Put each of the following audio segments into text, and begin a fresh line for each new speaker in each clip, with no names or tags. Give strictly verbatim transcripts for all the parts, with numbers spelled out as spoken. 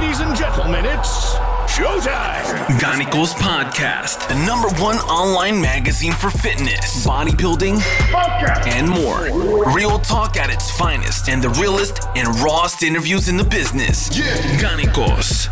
Ladies and gentlemen, it's showtime!
Ganicos Podcast, the number one online magazine for fitness, bodybuilding,
Podcast.
and more. Real talk at its finest and the realest and rawest interviews in the business.
Yeah.
Ganicos.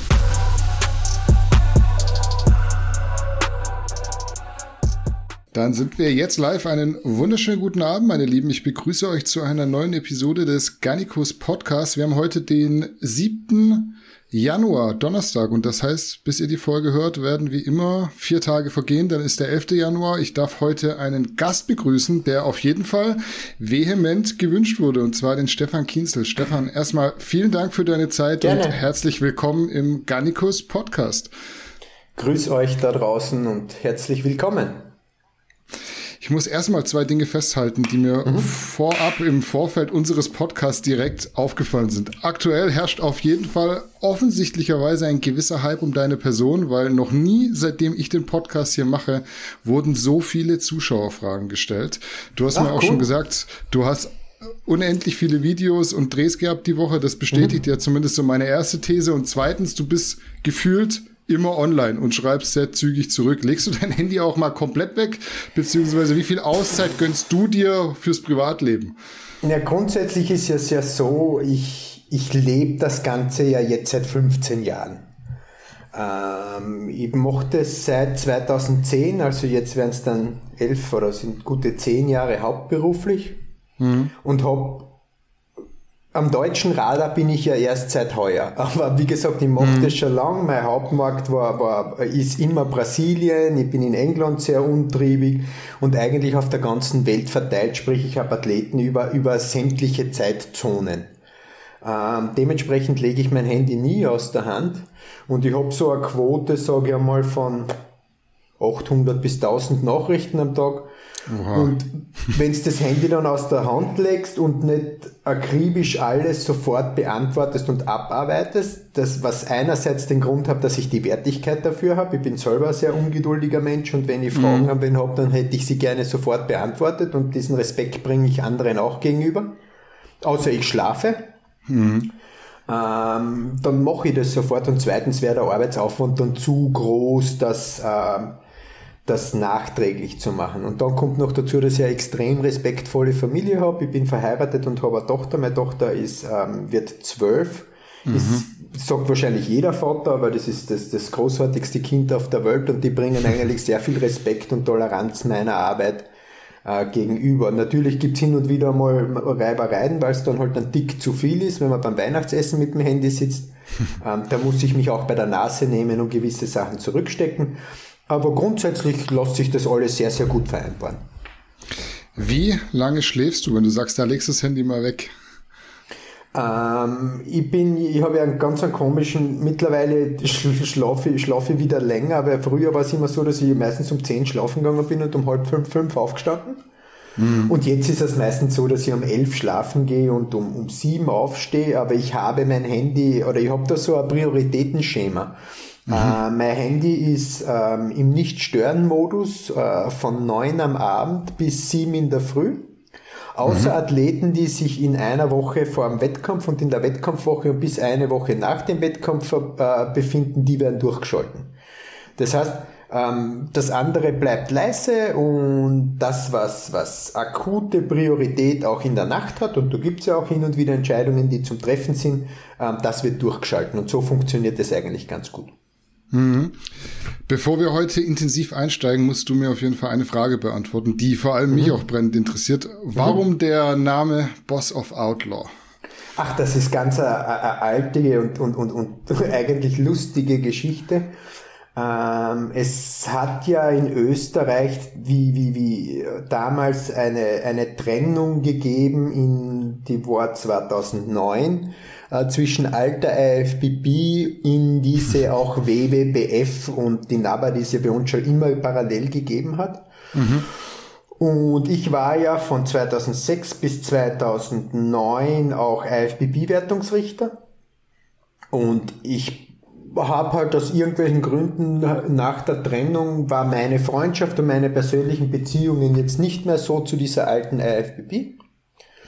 Dann sind wir jetzt live. Einen wunderschönen guten Abend, meine Lieben. Ich begrüße euch zu einer neuen Episode des Ganicos Podcasts. Wir haben heute den siebten Januar, Donnerstag. Und das heißt, bis ihr die Folge hört, werden wie immer vier Tage vergehen. Dann ist der elfte Januar. Ich darf heute einen Gast begrüßen, der auf jeden Fall vehement gewünscht wurde. Und zwar den Stefan Kienzl. Stefan, erstmal vielen Dank für deine Zeit. Gerne. Und herzlich willkommen im Ganicos Podcast.
Grüß euch da draußen und herzlich willkommen.
Ich muss erstmal zwei Dinge festhalten, die mir mhm. vorab im Vorfeld unseres Podcasts direkt aufgefallen sind. Aktuell herrscht auf jeden Fall offensichtlicherweise ein gewisser Hype um deine Person, weil noch nie, seitdem ich den Podcast hier mache, wurden so viele Zuschauerfragen gestellt. Du hast Ach, mir auch cool. schon gesagt, du hast unendlich viele Videos und Drehs gehabt die Woche. Das bestätigt mhm. ja zumindest so meine erste These. Und zweitens, du bist gefühlt immer online und schreibst sehr zügig zurück. Legst du dein Handy auch mal komplett weg? Beziehungsweise wie viel Auszeit gönnst du dir fürs Privatleben?
Ja, grundsätzlich ist es ja so, ich, ich lebe das Ganze ja jetzt seit fünfzehn Jahren. Ähm, ich mache das seit zweitausendzehn, also jetzt werden es dann elf oder sind gute zehn Jahre hauptberuflich mhm. und habe am deutschen Radar bin ich ja erst seit heuer, aber wie gesagt, ich mache mhm. das schon lang. Mein Hauptmarkt war, war, ist immer Brasilien, ich bin in England sehr umtriebig und eigentlich auf der ganzen Welt verteilt, sprich ich habe Athleten über, über sämtliche Zeitzonen. Ähm, dementsprechend lege ich mein Handy nie aus der Hand und ich habe so eine Quote, sage ich einmal, von achthundert bis tausend Nachrichten am Tag. Oha. Und wenn du das Handy dann aus der Hand legst und nicht akribisch alles sofort beantwortest und abarbeitest, das, was einerseits den Grund hat, dass ich die Wertigkeit dafür habe, ich bin selber ein sehr ungeduldiger Mensch und wenn ich Fragen mhm. an wen habe, dann hätte ich sie gerne sofort beantwortet und diesen Respekt bringe ich anderen auch gegenüber, außer ich schlafe. Mhm. Ähm, dann mache ich das sofort und zweitens wäre der Arbeitsaufwand dann zu groß, dass ähm, das nachträglich zu machen. Und dann kommt noch dazu, dass ich eine extrem respektvolle Familie habe. Ich bin verheiratet und habe eine Tochter. Meine Tochter ist, ähm, wird zwölf. Mhm. Das sagt wahrscheinlich jeder Vater, aber das ist das, das großartigste Kind auf der Welt und die bringen eigentlich sehr viel Respekt und Toleranz meiner Arbeit äh, gegenüber. Natürlich gibt's hin und wieder mal Reibereien, weil es dann halt ein Tick zu viel ist, wenn man beim Weihnachtsessen mit dem Handy sitzt. ähm, da muss ich mich auch bei der Nase nehmen und gewisse Sachen zurückstecken. Aber grundsätzlich lässt sich das alles sehr, sehr gut vereinbaren.
Wie lange schläfst du, wenn du sagst, da legst du das Handy mal weg?
Ähm, ich bin, ich habe ja einen ganz einen komischen, mittlerweile schlafe ich schlafe wieder länger, aber früher war es immer so, dass ich meistens um zehn schlafen gegangen bin und um halb fünf, fünf aufgestanden. Mhm. Und jetzt ist es meistens so, dass ich um elf schlafen gehe und um, um sieben aufstehe, aber ich habe mein Handy, oder ich habe da so ein Prioritätenschema. Mhm. Uh, mein Handy ist ähm, im Nicht-Stören-Modus äh, von neun am Abend bis sieben in der Früh. Außer mhm. Athleten, die sich in einer Woche vor dem Wettkampf und in der Wettkampfwoche und bis eine Woche nach dem Wettkampf äh, befinden, die werden durchgeschalten. Das heißt, ähm, das andere bleibt leise und das, was, was akute Priorität auch in der Nacht hat, und da gibt's ja auch hin und wieder Entscheidungen, die zum Treffen sind, ähm, das wird durchgeschalten und so funktioniert das eigentlich ganz gut.
Mhm. Bevor wir heute intensiv einsteigen, musst du mir auf jeden Fall eine Frage beantworten, die vor allem mhm. mich auch brennend interessiert. Warum mhm. der Name Boss of Outlaw?
Ach, das ist ganz eine, eine alte und, und, und, und eigentlich lustige Geschichte. Ähm, es hat ja in Österreich wie, wie, wie damals eine, eine Trennung gegeben in, die war zweitausendneun, äh, zwischen alter I F B B, in diese auch W W B F und die N A B A, die es ja bei uns schon immer parallel gegeben hat. Mhm. Und ich war ja von zweitausendsechs bis zweitausendneun auch I F B B-Wertungsrichter. Und ich habe halt aus irgendwelchen Gründen nach der Trennung war meine Freundschaft und meine persönlichen Beziehungen jetzt nicht mehr so zu dieser alten I F B B.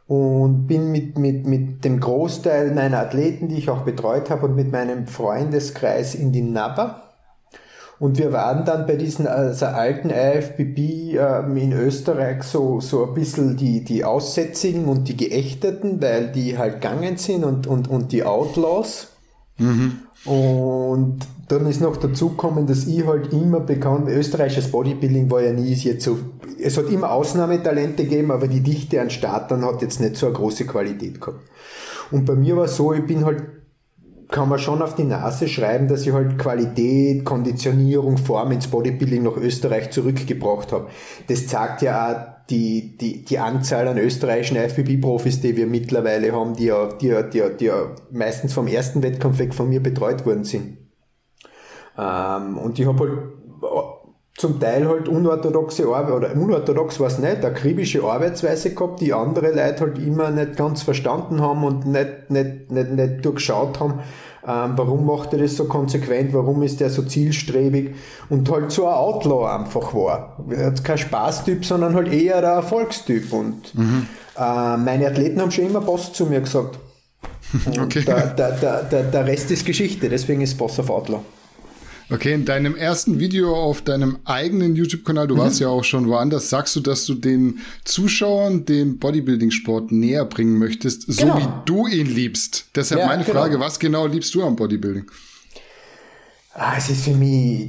und bin mit, mit, mit dem Großteil meiner Athleten, die ich auch betreut habe, und mit meinem Freundeskreis in die N A B A. Und wir waren dann bei diesen also alten I F B B ähm, in Österreich so, so ein bisschen die, die Aussätzigen und die Geächteten, weil die halt gegangen sind und, und, und die Outlaws. Mhm. Und dann ist noch dazu gekommen, dass ich halt immer bekannt, österreichisches Bodybuilding war ja nie jetzt so, es hat immer Ausnahmetalente gegeben, aber die Dichte an Startern hat jetzt nicht so eine große Qualität gehabt. Und bei mir war es so, ich bin halt, kann man schon auf die Nase schreiben, dass ich halt Qualität, Konditionierung, Form ins Bodybuilding nach Österreich zurückgebracht habe. Das zeigt ja auch die, die, die Anzahl an österreichischen I F B B-Profis, die wir mittlerweile haben, die ja, die ja, die ja, die ja meistens vom ersten Wettkampf weg von mir betreut worden sind. Ähm, und ich habe halt zum Teil halt unorthodoxe Arbeit, oder unorthodox war es nicht, akribische Arbeitsweise gehabt, die andere Leute halt immer nicht ganz verstanden haben und nicht, nicht, nicht, nicht durchschaut haben, ähm, warum macht er das so konsequent, warum ist der so zielstrebig, und halt so ein Outlaw einfach war. Er hat kein Spaßtyp, sondern halt eher der Erfolgstyp, und mhm. äh, meine Athleten haben schon immer Boss zu mir gesagt. Und okay. der, der, der, der, der Rest ist Geschichte, deswegen ist Boss auf Outlaw.
Okay, in deinem ersten Video auf deinem eigenen YouTube-Kanal, du mhm. warst ja auch schon woanders, sagst du, dass du den Zuschauern den Bodybuilding-Sport näher bringen möchtest, genau. so wie du ihn liebst. Deshalb ja, meine genau. Frage, was genau liebst du am Bodybuilding?
Ah, es ist für mich,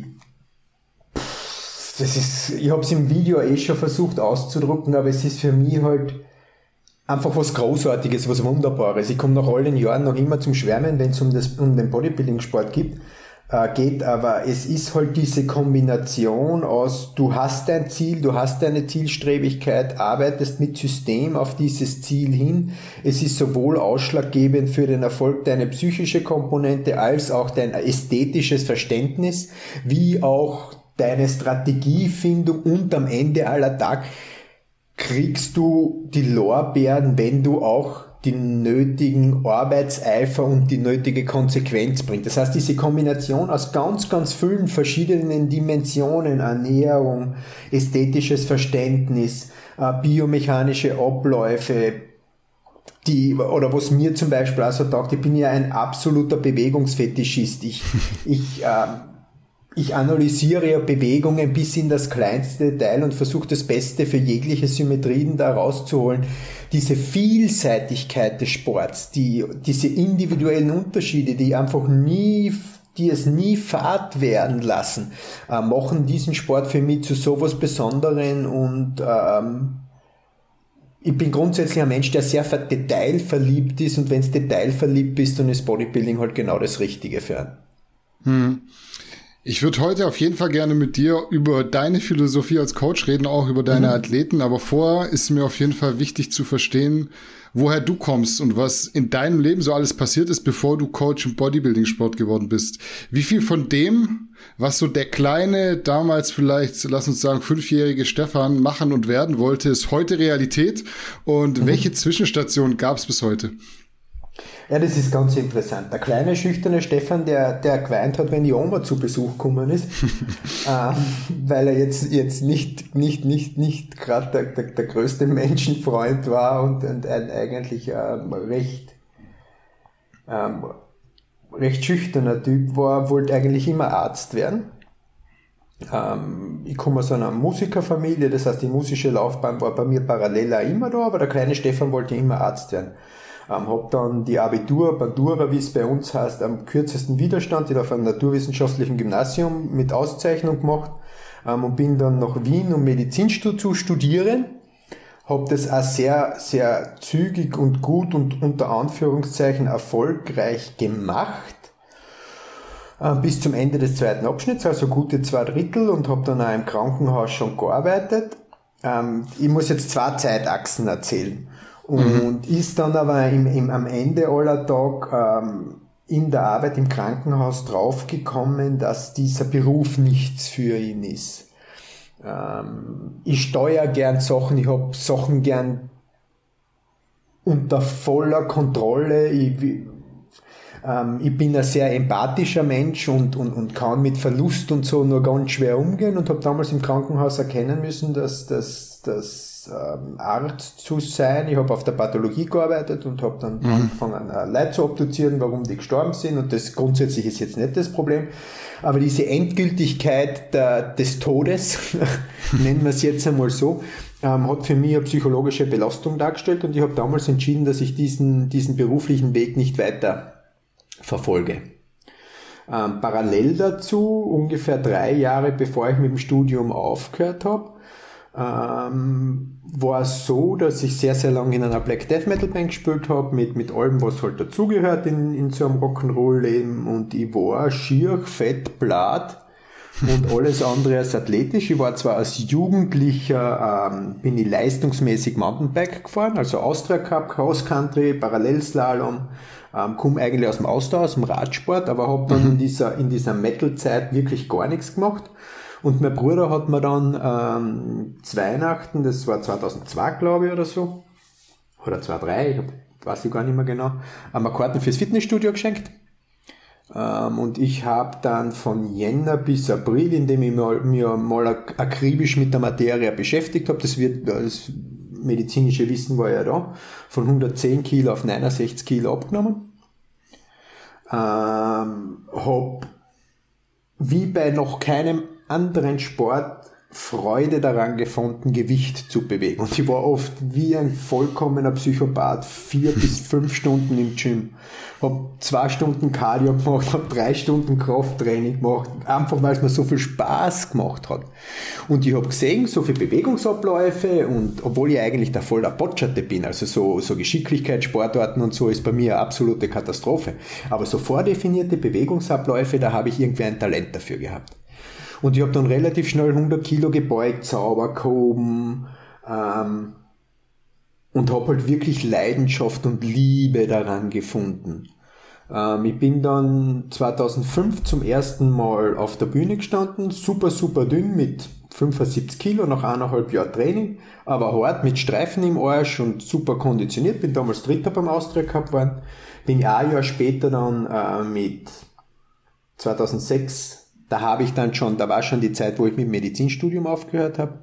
das ist, ich habe es im Video eh schon versucht auszudrücken, aber es ist für mich halt einfach was Großartiges, was Wunderbares. Ich komme nach all den Jahren noch immer zum Schwärmen, wenn es um, das, um den Bodybuilding-Sport gibt. geht, aber es ist halt diese Kombination aus, du hast dein Ziel, du hast deine Zielstrebigkeit, arbeitest mit System auf dieses Ziel hin. Es ist sowohl ausschlaggebend für den Erfolg deine psychische Komponente als auch dein ästhetisches Verständnis, wie auch deine Strategiefindung, und am Ende aller Tag kriegst du die Lorbeeren, wenn du auch den nötigen Arbeitseifer und die nötige Konsequenz bringt. Das heißt, diese Kombination aus ganz, ganz vielen verschiedenen Dimensionen, Ernährung, ästhetisches Verständnis, biomechanische Abläufe, die, oder was mir zum Beispiel auch so taugt, ich bin ja ein absoluter Bewegungsfetischist. Ich, ich, äh, Ich analysiere ja Bewegungen bis in das kleinste Detail und versuche das Beste für jegliche Symmetrien da rauszuholen. Diese Vielseitigkeit des Sports, die, diese individuellen Unterschiede, die einfach nie, die es nie fad werden lassen, äh, machen diesen Sport für mich zu sowas Besonderen, und ähm, ich bin grundsätzlich ein Mensch, der sehr detailverliebt ist, und wenn es detailverliebt ist, dann ist Bodybuilding halt genau das Richtige für einen.
Hm. Ich würde heute auf jeden Fall gerne mit dir über deine Philosophie als Coach reden, auch über deine mhm. Athleten. Aber vorher ist mir auf jeden Fall wichtig zu verstehen, woher du kommst und was in deinem Leben so alles passiert ist, bevor du Coach im Bodybuilding-Sport geworden bist. Wie viel von dem, was so der kleine, damals vielleicht, lass uns sagen, fünfjährige Stefan machen und werden wollte, ist heute Realität? Und mhm. welche Zwischenstationen gab es bis heute?
Ja, das ist ganz interessant. Der kleine, schüchterne Stefan, der, der geweint hat, wenn die Oma zu Besuch gekommen ist, ähm, weil er jetzt, jetzt nicht, nicht, nicht, nicht gerade der, der, der größte Menschenfreund war und, und ein eigentlich ähm, recht, ähm, recht schüchterner Typ war, wollte eigentlich immer Arzt werden. Ähm, ich komme aus einer Musikerfamilie, das heißt, die musische Laufbahn war bei mir parallel auch immer da, aber der kleine Stefan wollte immer Arzt werden. Ähm, habe dann die Abitur, Bandura, wie es bei uns heißt, am kürzesten Widerstand, ich auf einem naturwissenschaftlichen Gymnasium mit Auszeichnung gemacht, ähm, und bin dann nach Wien, um Medizin zu studieren. Habe das auch sehr, sehr zügig und gut und unter Anführungszeichen erfolgreich gemacht, äh, bis zum Ende des zweiten Abschnitts, also gute zwei Drittel, und habe dann auch im Krankenhaus schon gearbeitet. Ähm, ich muss jetzt zwei Zeitachsen erzählen. Und mhm. ist dann aber im, im, am Ende aller Tag ähm, in der Arbeit im Krankenhaus draufgekommen, dass dieser Beruf nichts für ihn ist. Ähm, ich steuere gern Sachen, ich habe Sachen gern unter voller Kontrolle. Ich, Ähm, ich bin ein sehr empathischer Mensch und, und, und kann mit Verlust und so nur ganz schwer umgehen und habe damals im Krankenhaus erkennen müssen, dass das dass, ähm, Arzt zu sein. Ich habe auf der Pathologie gearbeitet und habe dann mhm. angefangen, äh, Leute zu obduzieren, warum die gestorben sind, und das grundsätzlich ist jetzt nicht das Problem. Aber diese Endgültigkeit der, des Todes, nennen wir es jetzt einmal so, ähm, hat für mich eine psychologische Belastung dargestellt, und ich habe damals entschieden, dass ich diesen, diesen beruflichen Weg nicht weiter verfolge. Ähm, parallel dazu, ungefähr drei Jahre bevor ich mit dem Studium aufgehört habe, ähm, war es so, dass ich sehr, sehr lange in einer Black Death Metal Band gespielt habe, mit, mit allem, was halt dazugehört in, in so einem Rock'n'Roll-Leben, und ich war schier, fett, blatt und alles andere als athletisch. Ich war zwar als Jugendlicher, ähm, bin ich leistungsmäßig Mountainbike gefahren, also Austria Cup, Cross Country, Parallelslalom, ähm, komme eigentlich aus dem Ausdauer, aus dem Radsport, aber habe dann in dieser, in dieser Metal-Zeit wirklich gar nichts gemacht. Und mein Bruder hat mir dann ähm, zu Weihnachten, das war zweitausendzwei, glaube ich, oder so, oder zweitausenddrei, ich hab, weiß ich gar nicht mehr genau, einmal Karten fürs Fitnessstudio geschenkt. Ähm, und ich habe dann von Jänner bis April, indem ich mal, mir mal akribisch mit der Materie beschäftigt habe, das wird, das medizinische Wissen war ja da, von hundertzehn Kilo auf neunundsechzig Kilo abgenommen. Ähm, habe wie bei noch keinem anderen Sport Freude daran gefunden, Gewicht zu bewegen. Und ich war oft wie ein vollkommener Psychopath, vier bis fünf Stunden im Gym. Hab zwei Stunden Cardio gemacht, hab drei Stunden Krafttraining gemacht, einfach weil es mir so viel Spaß gemacht hat. Und ich hab gesehen, so viele Bewegungsabläufe, und obwohl ich eigentlich der voller Botscherte bin, also so, so Geschicklichkeitssportarten und so, ist bei mir eine absolute Katastrophe. Aber so vordefinierte Bewegungsabläufe, da habe ich irgendwie ein Talent dafür gehabt. Und ich habe dann relativ schnell hundert Kilo gebeugt, sauber gehoben, ähm, und habe halt wirklich Leidenschaft und Liebe daran gefunden. Ähm, ich bin dann zweitausendfünf zum ersten Mal auf der Bühne gestanden, super, super dünn mit fünfundsiebzig Kilo nach eineinhalb Jahren Training, aber hart mit Streifen im Arsch und super konditioniert. Bin damals Dritter beim Austria Cup geworden. Bin ein Jahr später dann äh, mit zweitausendsechs, da habe ich dann schon, da war schon die Zeit, wo ich mit dem Medizinstudium aufgehört habe,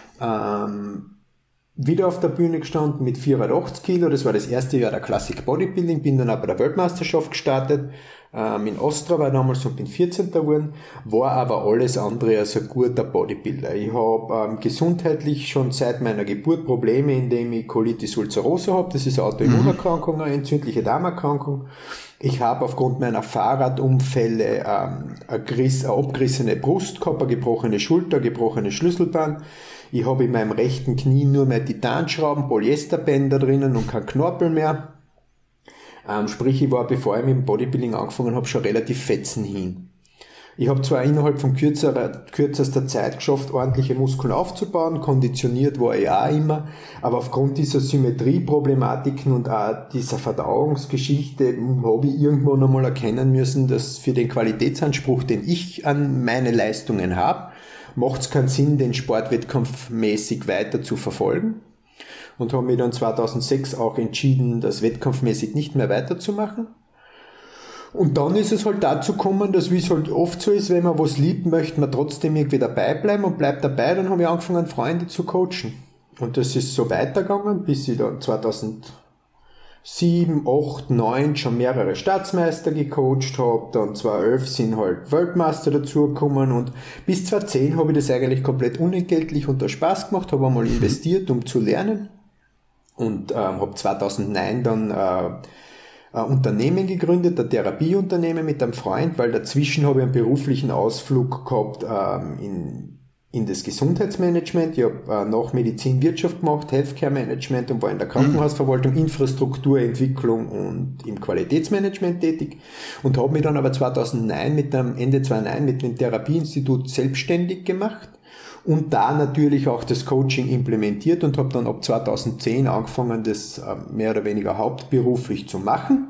ähm, wieder auf der Bühne gestanden mit vierundachtzig Kilo. Das war das erste Jahr der Classic Bodybuilding. Bin dann auch bei der Weltmeisterschaft gestartet, ähm, in Ostra war damals, und bin vierzehnter geworden. War aber alles andere als ein guter Bodybuilder. Ich habe ähm, gesundheitlich schon seit meiner Geburt Probleme, indem ich Colitis ulcerosa habe. Das ist eine Autoimmunerkrankung, eine entzündliche Darmerkrankung. Ich habe aufgrund meiner Fahrradunfälle ähm, eine, geriss, eine abgerissene Brust gehabt, eine gebrochene Schulter, gebrochene Schlüsselbein. Ich habe in meinem rechten Knie nur mehr Titanschrauben, Polyesterbänder drinnen und kein Knorpel mehr. Ähm, sprich, ich war, bevor ich mit dem Bodybuilding angefangen habe, schon relativ fetzen hin. Ich habe zwar innerhalb von kürzerer, kürzester Zeit geschafft, ordentliche Muskeln aufzubauen, konditioniert war ich auch immer, aber aufgrund dieser Symmetrieproblematiken und auch dieser Verdauungsgeschichte habe ich irgendwann einmal erkennen müssen, dass für den Qualitätsanspruch, den ich an meine Leistungen habe, macht es keinen Sinn, den Sport wettkampfmäßig weiter zu verfolgen, und habe mich dann zweitausendsechs auch entschieden, das wettkampfmäßig nicht mehr weiterzumachen. Und dann ist es halt dazu gekommen, dass, wie es halt oft so ist, wenn man was liebt, möchte man trotzdem irgendwie dabei bleiben und bleibt dabei. Dann habe ich angefangen, Freunde zu coachen. Und das ist so weitergegangen, bis ich dann zweitausendsieben, acht, neun schon mehrere Staatsmeister gecoacht habe. Dann zweitausendelf sind halt Weltmeister dazugekommen, und bis zweitausendzehn habe ich das eigentlich komplett unentgeltlich und da Spaß gemacht, habe einmal investiert, um zu lernen, und ähm, habe zweitausendneun dann äh, ein Unternehmen gegründet, ein Therapieunternehmen mit einem Freund, weil dazwischen habe ich einen beruflichen Ausflug gehabt ähm, in, in das Gesundheitsmanagement. Ich habe äh, nach Medizin Wirtschaft gemacht, Healthcare Management, und war in der Krankenhausverwaltung, Infrastrukturentwicklung und im Qualitätsmanagement tätig, und habe mich dann aber zweitausendneun mit dem Ende zweitausendneun mit dem Therapieinstitut selbstständig gemacht und da natürlich auch das Coaching implementiert und habe dann ab zweitausendzehn angefangen, das äh, mehr oder weniger hauptberuflich zu machen.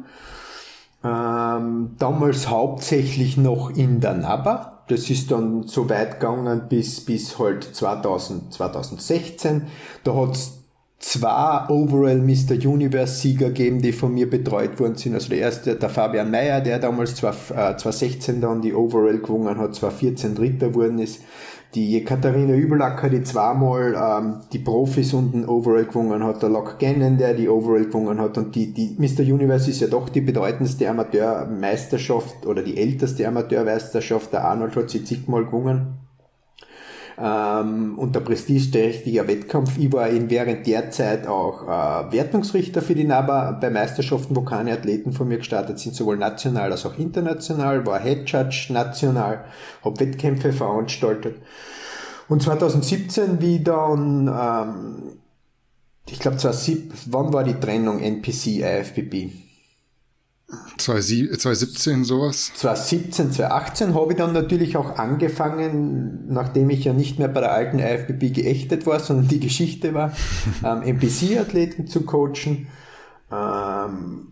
Ähm, damals hauptsächlich noch in der N A B A. Das ist dann so weit gegangen bis, bis halt zweitausend, zweitausendsechzehn. Da hat's zwei Overall Mister Universe-Sieger gegeben, die von mir betreut worden sind. Also der erste, der Fabian Mayer, der damals zwanzig sechzehn dann die Overall gewonnen hat, zwanzig vierzehn Dritter geworden ist. Die Katharina Übelacker, die zweimal ähm, die Profis und den Overall gewonnen hat. Der Locke Gannon, der die Overall gewonnen hat. Und die, die Mister Universe ist ja doch die bedeutendste Amateurmeisterschaft oder die älteste Amateurmeisterschaft. Der Arnold hat sie zigmal gewonnen. Ähm, und der prestigeträchtiger Wettkampf. Ich war in während der Zeit auch äh, Wertungsrichter für die NABA bei Meisterschaften, wo keine Athleten von mir gestartet sind, sowohl national als auch international, war Head Judge national, habe Wettkämpfe veranstaltet. Und zwanzig siebzehn, wie dann, ähm, ich glaube zwanzig siebzehn, wann war die Trennung N P C, I F B B?
zwanzig siebzehn sowas?
zwanzig siebzehn, zwanzig achtzehn habe ich dann natürlich auch angefangen, nachdem ich ja nicht mehr bei der alten I F B B geächtet war, sondern die Geschichte war, ähm, N P C-Athleten zu coachen. Ähm,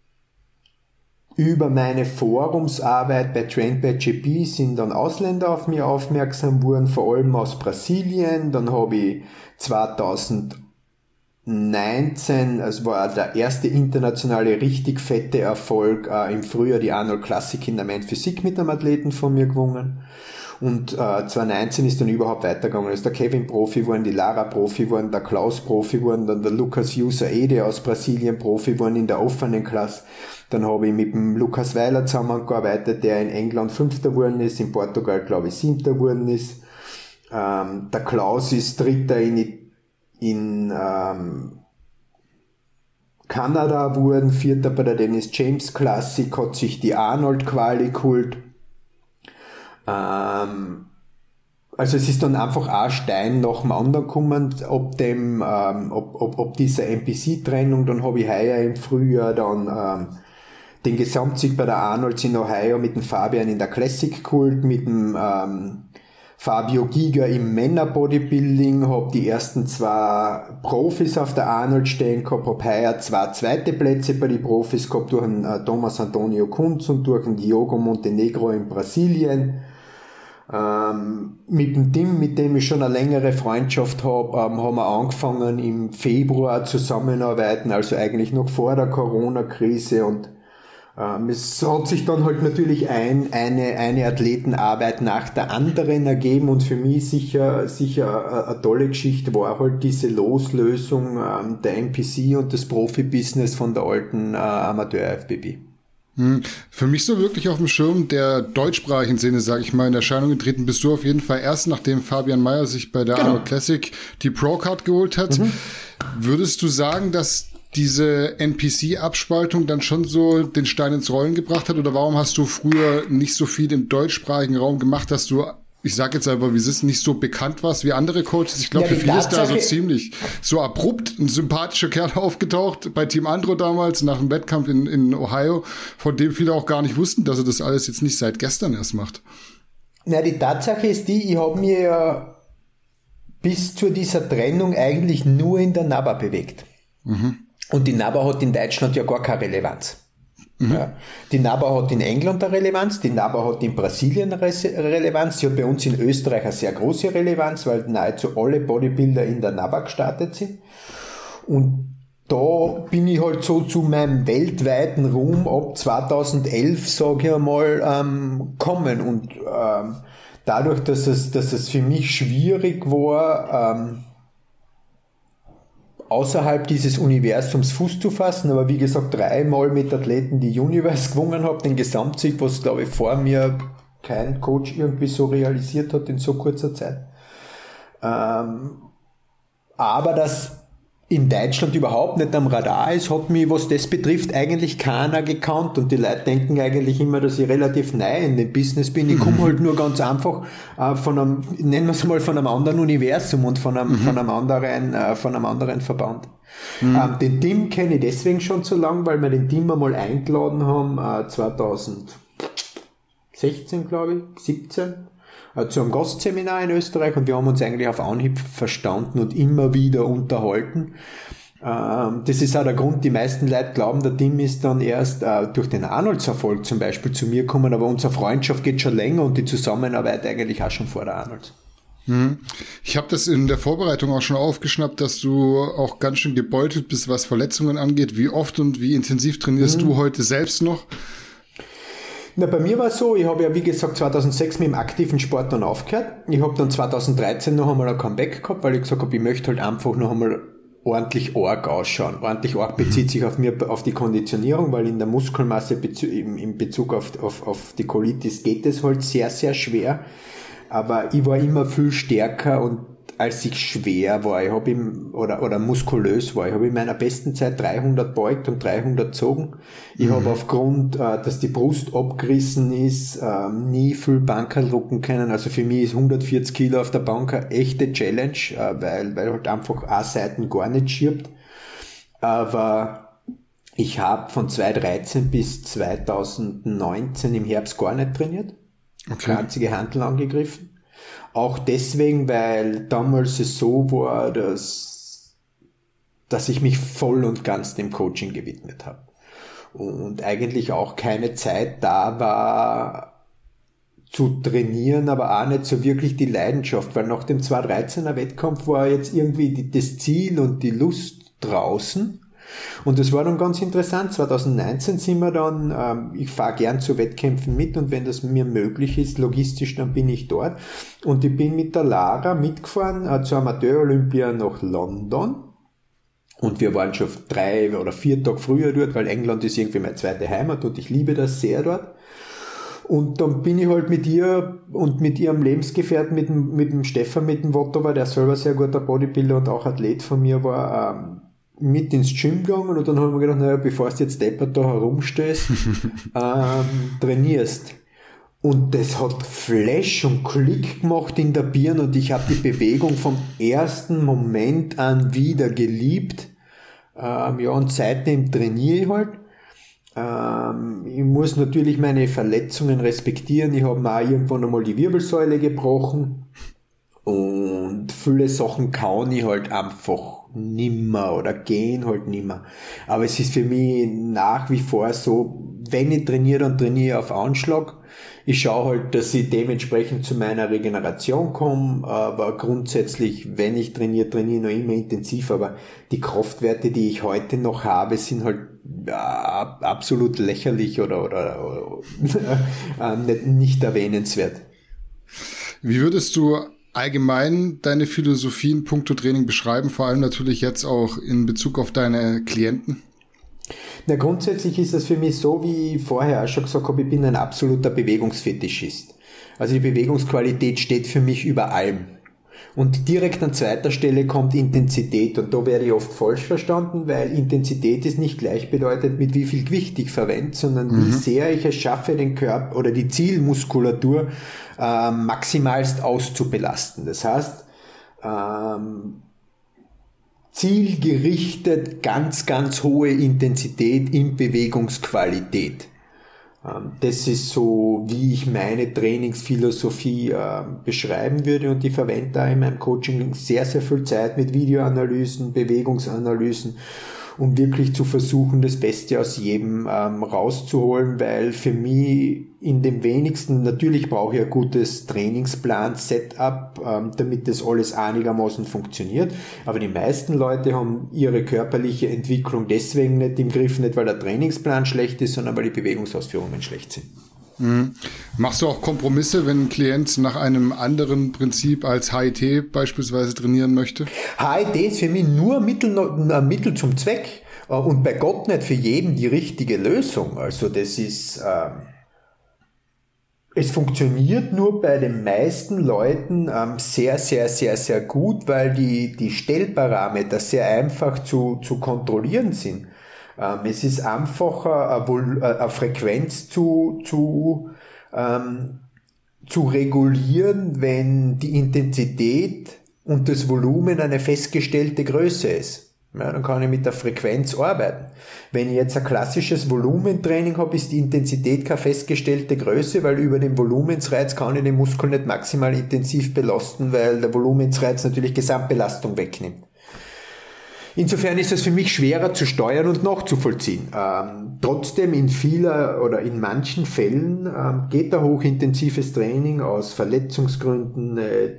über meine Forumsarbeit bei Trained by J P sind dann Ausländer auf mich aufmerksam worden, vor allem aus Brasilien. Dann habe ich zwanzig neunzehn, es war der erste internationale richtig fette Erfolg, äh, im Frühjahr die Arnold Classic in der Main Physik mit einem Athleten von mir gewonnen. Und äh, zwanzig neunzehn ist dann überhaupt weitergegangen. Ist der Kevin Profi geworden, die Lara Profi geworden, der Klaus Profi geworden, dann der Lukas Usaede aus Brasilien Profi geworden in der offenen Klasse. Dann habe ich mit dem Lukas Weiler zusammengearbeitet, der in England Fünfter geworden ist, in Portugal glaube ich Siebter geworden ist. Ähm, der Klaus ist Dritter in in ähm, Kanada wurden, Vierter bei der Dennis James Classic, hat sich die Arnold Quali geholt. Ähm, also es ist dann einfach ein Stein nach dem anderen gekommen, ob dem, ähm, ob, ob, ob dieser N P C-Trennung, dann habe ich heuer im Frühjahr dann ähm, den Gesamtsieg bei der Arnolds in Ohio mit dem Fabian in der Classic geholt, mit dem ähm, Fabio Giga im Männer-Bodybuilding, habe die ersten zwei Profis auf der Arnold stehen gehabt, habe heuer zwei zweite Plätze bei den Profis gehabt, durch den äh, Thomas Antonio Kunz und durch den Diogo Montenegro in Brasilien. Ähm, mit dem Team, mit dem ich schon eine längere Freundschaft habe, ähm, haben wir angefangen im Februar zusammenarbeiten, also eigentlich noch vor der Corona-Krise, und Ähm, es hat sich dann halt natürlich ein, eine, eine Athletenarbeit nach der anderen ergeben, und für mich sicher, sicher eine, eine tolle Geschichte war halt diese Loslösung ähm, der N P C und des Profibusiness von der alten äh, Amateur-I F B B.
Hm. Für mich so wirklich auf dem Schirm der deutschsprachigen Szene, sage ich mal, in Erscheinung getreten bist du auf jeden Fall erst, nachdem Fabian Mayer sich bei der genau. Arnold Classic die Pro-Card geholt hat. Mhm. Würdest du sagen, dass diese N P C-Abspaltung dann schon so den Stein ins Rollen gebracht hat? Oder warum hast du früher nicht so viel im deutschsprachigen Raum gemacht, dass du, ich sag jetzt einfach, wie es ist, nicht so bekannt warst wie andere Coaches? Ich glaube, ja, für viele ist da so ziemlich so abrupt ein sympathischer Kerl aufgetaucht bei Team Andro damals nach dem Wettkampf in, in Ohio, von dem viele auch gar nicht wussten, dass er das alles jetzt nicht seit gestern erst macht.
Na, die Tatsache ist die, ich habe mir ja bis zu dieser Trennung eigentlich nur in der NABA bewegt. Mhm. Und die NABA hat in Deutschland ja gar keine Relevanz. Mhm. Ja. Die NABA hat in England eine Relevanz, die NABA hat in Brasilien eine Relevanz, sie hat bei uns in Österreich eine sehr große Relevanz, weil nahezu alle Bodybuilder in der NABA gestartet sind. Und da bin ich halt so zu meinem weltweiten Ruhm ab zweitausendelf, sage ich einmal, ähm, kommen. Und ähm, dadurch, dass es, dass es für mich schwierig war, ähm, außerhalb dieses Universums Fuß zu fassen, aber wie gesagt, dreimal mit Athleten die Universe gewonnen habe, den Gesamtsieg, was glaube ich vor mir kein Coach irgendwie so realisiert hat in so kurzer Zeit. Ähm, aber das in Deutschland überhaupt nicht am Radar ist, hat mich, was das betrifft, eigentlich keiner gekannt, und die Leute denken eigentlich immer, dass ich relativ neu in dem Business bin. Ich komme halt nur ganz einfach äh, von einem, nennen wir es mal, von einem anderen Universum und von einem, mhm. von einem anderen, äh, von einem anderen Verband. Mhm. Ähm, den Tim kenne ich deswegen schon so lang, weil wir den Tim einmal eingeladen haben, äh, zweitausendsechzehn, glaube ich, siebzehn, zu einem Gastseminar in Österreich, und wir haben uns eigentlich auf Anhieb verstanden und immer wieder unterhalten. Das ist auch der Grund, die meisten Leute glauben, der Tim ist dann erst durch den Arnolds-Erfolg zum Beispiel zu mir gekommen, aber unsere Freundschaft geht schon länger und die Zusammenarbeit eigentlich auch schon vor der Arnolds.
Ich habe das in der Vorbereitung auch schon aufgeschnappt, dass du auch ganz schön gebeutelt bist, was Verletzungen angeht. Wie oft und wie intensiv trainierst mhm. du heute selbst noch?
Na, bei mir war es so, ich habe ja wie gesagt zweitausendsechs mit dem aktiven Sport dann aufgehört. Ich habe dann zweitausenddreizehn noch einmal ein Comeback gehabt, weil ich gesagt habe, ich möchte halt einfach noch einmal ordentlich arg ausschauen. Ordentlich arg bezieht sich auf mir, auf die Konditionierung, weil in der Muskelmasse in Bezug auf, auf, auf die Colitis geht es halt sehr, sehr schwer. Aber ich war immer viel stärker und als ich schwer war, ich habe im, oder, oder muskulös war, ich habe in meiner besten Zeit dreihundert beugt und dreihundert gezogen. Ich mhm. habe aufgrund, äh, dass die Brust abgerissen ist, äh, nie viel Bankerl drucken können. Also für mich ist hundertvierzig Kilo auf der Bank eine echte Challenge, äh, weil, weil halt einfach eine Seite gar nicht schirbt. Aber ich habe von zweitausenddreizehn bis zweitausendneunzehn im Herbst gar nicht trainiert. Okay. Keine einzige Handel angegriffen. Auch deswegen, weil damals es so war, dass, dass ich mich voll und ganz dem Coaching gewidmet habe. Und eigentlich auch keine Zeit da war zu trainieren, aber auch nicht so wirklich die Leidenschaft, weil nach dem zweitausenddreizehner Wettkampf war jetzt irgendwie die, das Ziel und die Lust draußen. Und das war dann ganz interessant. zweitausendneunzehn sind wir dann, ähm, ich fahre gern zu Wettkämpfen mit und wenn das mir möglich ist, logistisch, dann bin ich dort. Und ich bin mit der Lara mitgefahren äh, zur Amateur-Olympia nach London. Und wir waren schon drei oder vier Tage früher dort, weil England ist irgendwie meine zweite Heimat und ich liebe das sehr dort. Und dann bin ich halt mit ihr und mit ihrem Lebensgefährten, mit dem, mit dem Stefan, mit dem Wotowa, der selber sehr guter Bodybuilder und auch Athlet von mir war, ähm, mit ins Gym gegangen und dann haben wir gedacht, naja, bevor du jetzt deppert da herumstehst, ähm, trainierst. Und das hat Flash und Klick gemacht in der Birne und ich habe die Bewegung vom ersten Moment an wieder geliebt. Ähm, ja, und seitdem trainiere ich halt. Ähm, ich muss natürlich meine Verletzungen respektieren. Ich habe mir auch irgendwann einmal die Wirbelsäule gebrochen und viele Sachen kann ich halt einfach nimmer oder gehen halt nimmer. Aber es ist für mich nach wie vor so, wenn ich trainiere, dann trainiere ich auf Anschlag. Ich schaue halt, dass ich dementsprechend zu meiner Regeneration komme, aber grundsätzlich, wenn ich trainiere, trainiere ich noch immer intensiv, aber die Kraftwerte, die ich heute noch habe, sind halt ja, absolut lächerlich oder, oder, oder nicht, nicht erwähnenswert.
Wie würdest du allgemein deine Philosophie in puncto Training beschreiben, vor allem natürlich jetzt auch in Bezug auf deine Klienten?
Na, grundsätzlich ist das für mich so, wie ich vorher auch schon gesagt habe, ich bin ein absoluter Bewegungsfetischist. Also die Bewegungsqualität steht für mich über allem. Und direkt an zweiter Stelle kommt Intensität und da werde ich oft falsch verstanden, weil Intensität ist nicht gleichbedeutend mit wie viel Gewicht ich verwende, sondern mhm. wie sehr ich es schaffe, den Körper oder die Zielmuskulatur äh, maximalst auszubelasten. Das heißt, ähm, zielgerichtet ganz, ganz hohe Intensität in Bewegungsqualität. Das ist so, wie ich meine Trainingsphilosophie äh, beschreiben würde und ich verwende da in meinem Coaching sehr, sehr viel Zeit mit Videoanalysen, Bewegungsanalysen, um wirklich zu versuchen, das Beste aus jedem ähm, rauszuholen, weil für mich in dem wenigsten, natürlich brauche ich ein gutes Trainingsplan-Setup, ähm, damit das alles einigermaßen funktioniert, aber die meisten Leute haben ihre körperliche Entwicklung deswegen nicht im Griff, nicht weil der Trainingsplan schlecht ist, sondern weil die Bewegungsausführungen schlecht sind.
Mhm. Machst du auch Kompromisse, wenn ein Klient nach einem anderen Prinzip als H I T beispielsweise trainieren möchte?
H I T ist für mich nur ein Mittel, ein Mittel zum Zweck und bei Gott nicht für jeden die richtige Lösung. Also das ist, ähm, es funktioniert nur bei den meisten Leuten ähm, sehr, sehr, sehr, sehr gut, weil die, die Stellparameter sehr einfach zu, zu kontrollieren sind. Es ist einfacher, eine Frequenz zu, zu, ähm, zu regulieren, wenn die Intensität und das Volumen eine festgestellte Größe ist. Ja, dann kann ich mit der Frequenz arbeiten. Wenn ich jetzt ein klassisches Volumentraining habe, ist die Intensität keine festgestellte Größe, weil über den Volumensreiz kann ich den Muskel nicht maximal intensiv belasten, weil der Volumensreiz natürlich Gesamtbelastung wegnimmt. Insofern ist es für mich schwerer zu steuern und nachzuvollziehen. Ähm, trotzdem in vieler oder in manchen Fällen ähm, geht ein hochintensives Training aus Verletzungsgründen nicht,